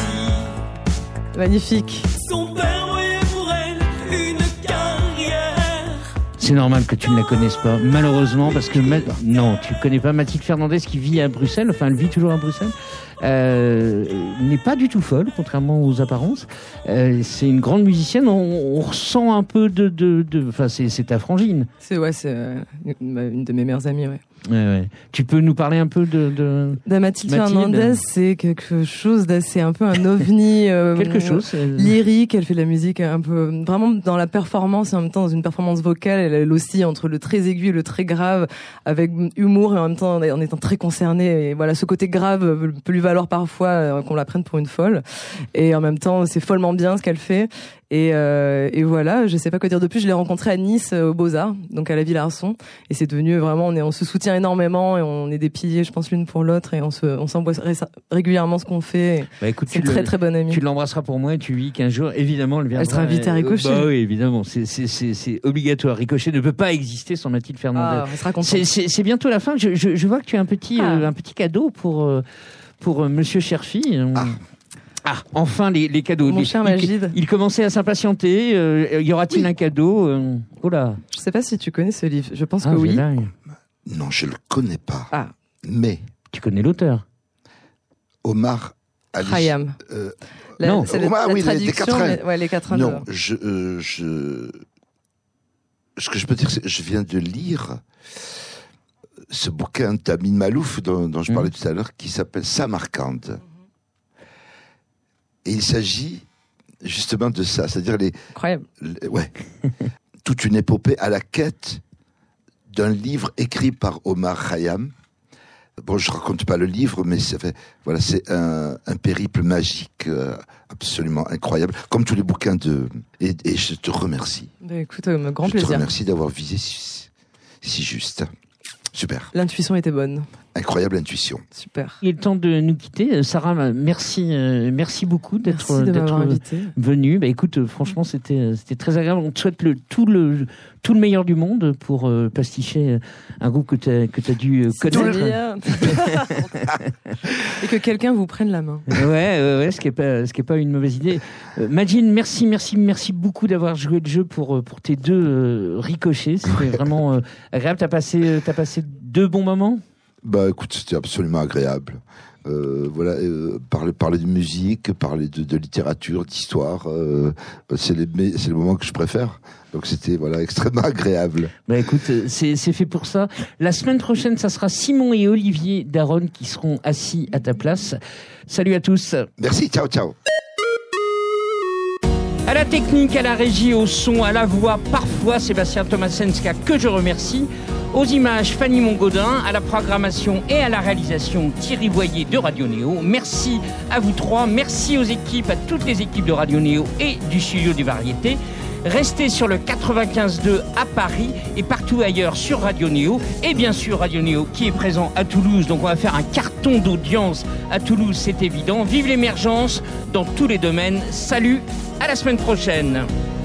Magnifique. Son père voyait pour elle une carrière. C'est normal que tu ne la connaisses pas, malheureusement, parce que ma... non, tu connais pas Mathilde Fernandez qui vit à Bruxelles. Enfin, elle vit toujours à Bruxelles. Euh, n'est pas du tout folle, contrairement aux apparences. Euh, c'est une grande musicienne. On, on ressent un peu de, de, de... Enfin, c'est, c'est ta frangine. C'est ouais, c'est euh, une de mes meilleures amies, ouais. Ouais, ouais. Tu peux nous parler un peu de, de... de Mathilde, Mathilde Fernandez, c'est quelque chose d'assez un peu un ovni euh, quelque chose elle... lyrique. Elle fait de la musique un peu vraiment dans la performance et en même temps dans une performance vocale. Elle, elle aussi entre le très aigu et le très grave, avec humour et en même temps en étant très concernée. Et voilà, ce côté grave peut lui valoir parfois euh, qu'on la prenne pour une folle. Et en même temps, c'est follement bien ce qu'elle fait. Et, euh, et voilà, je sais pas quoi dire de plus. Je l'ai rencontrée à Nice, euh, aux Beaux-Arts, donc à la Villa Arson. Et c'est devenu vraiment, on, est, on se soutient énormément et on est des piliers, je pense, l'une pour l'autre. Et on se, on s'envoie régulièrement ce qu'on fait. Bah écoute, c'est une très le, très bonne amie. Tu l'embrasseras pour moi et tu vis qu'un jour, évidemment, elle viendra. Elle sera invitée à Ricochet. Euh, bah oui, évidemment. C'est, c'est, c'est, c'est obligatoire. Ricochet ne peut pas exister sans Mathilde Fernandez. Ah, on sera contente. C'est, c'est, c'est bientôt la fin. Je, je, je vois que tu as un petit, ah. euh, un petit cadeau pour, euh, pour euh, Monsieur Cherfi. Ah. Ah, enfin les, les cadeaux. Mon les, cher il, Magid. Il commençait à s'impatienter. Euh, y aura-t-il oui. un cadeau euh, Oh là. Je sais pas si tu connais ce livre. Je pense ah, que oui. Non, je le connais pas. Ah. Mais. Tu connais l'auteur? Omar Khayyam. Euh, la, non, c'est le, ah, la oui, traduction, les, les quatrains. Mais, ouais, les quatrains. Non, je, euh, je, ce que je peux dire, c'est que je viens de lire ce bouquin d'Amin Malouf dont, dont je parlais mmh. tout à l'heure, qui s'appelle Samarcande. Mmh. Et il s'agit justement de ça, c'est-à-dire les, Incroyable. les ouais, toute une épopée à la quête d'un livre écrit par Omar Khayyam. Bon, je raconte pas le livre, mais ça fait, voilà, c'est un, un périple magique euh, absolument incroyable, comme tous les bouquins de. Et, et je te remercie. Bah, écoute, euh, grand je plaisir. Je te remercie d'avoir visé si, si juste. Super. L'intuition était bonne. Incroyable intuition. Super. Il est temps de nous quitter. Sarah, merci, euh, merci beaucoup d'être, merci de d'être venue. Bah, écoute, euh, franchement, c'était, c'était très agréable. On te souhaite le, tout le, tout le meilleur du monde pour euh, pasticher un groupe que tu as, que tu as dû euh, connaître. Et que quelqu'un vous prenne la main. Ouais, ouais, ouais, ce qui est pas, ce qui est pas une mauvaise idée. Euh, Majin, merci, merci, merci beaucoup d'avoir joué le jeu pour, pour tes deux euh, ricochets. C'était ouais. vraiment euh, agréable. T'as passé, t'as passé deux bons moments? Bah écoute, c'était absolument agréable. Euh, voilà, euh, parler, parler de musique, parler de, de littérature, d'histoire, euh, c'est les, c'est les moments que je préfère. Donc c'était voilà extrêmement agréable. Bah écoute, c'est, c'est fait pour ça. La semaine prochaine, ça sera Simon et Olivier Daron qui seront assis à ta place. Salut à tous. Merci, ciao, ciao. À la technique, à la régie, au son, à la voix, parfois Sébastien Tomasenska, que je remercie. Aux images, Fanny Mongaudin, à la programmation et à la réalisation, Thierry Boyer de Radio Néo. Merci à vous trois, merci aux équipes, à toutes les équipes de Radio Néo et du Studio des Variétés. Restez sur le quatre-vingt-quinze deux à Paris et partout ailleurs sur Radio Néo. Et bien sûr Radio Néo qui est présent à Toulouse. Donc on va faire un carton d'audience à Toulouse, c'est évident. Vive l'émergence dans tous les domaines. Salut, à la semaine prochaine.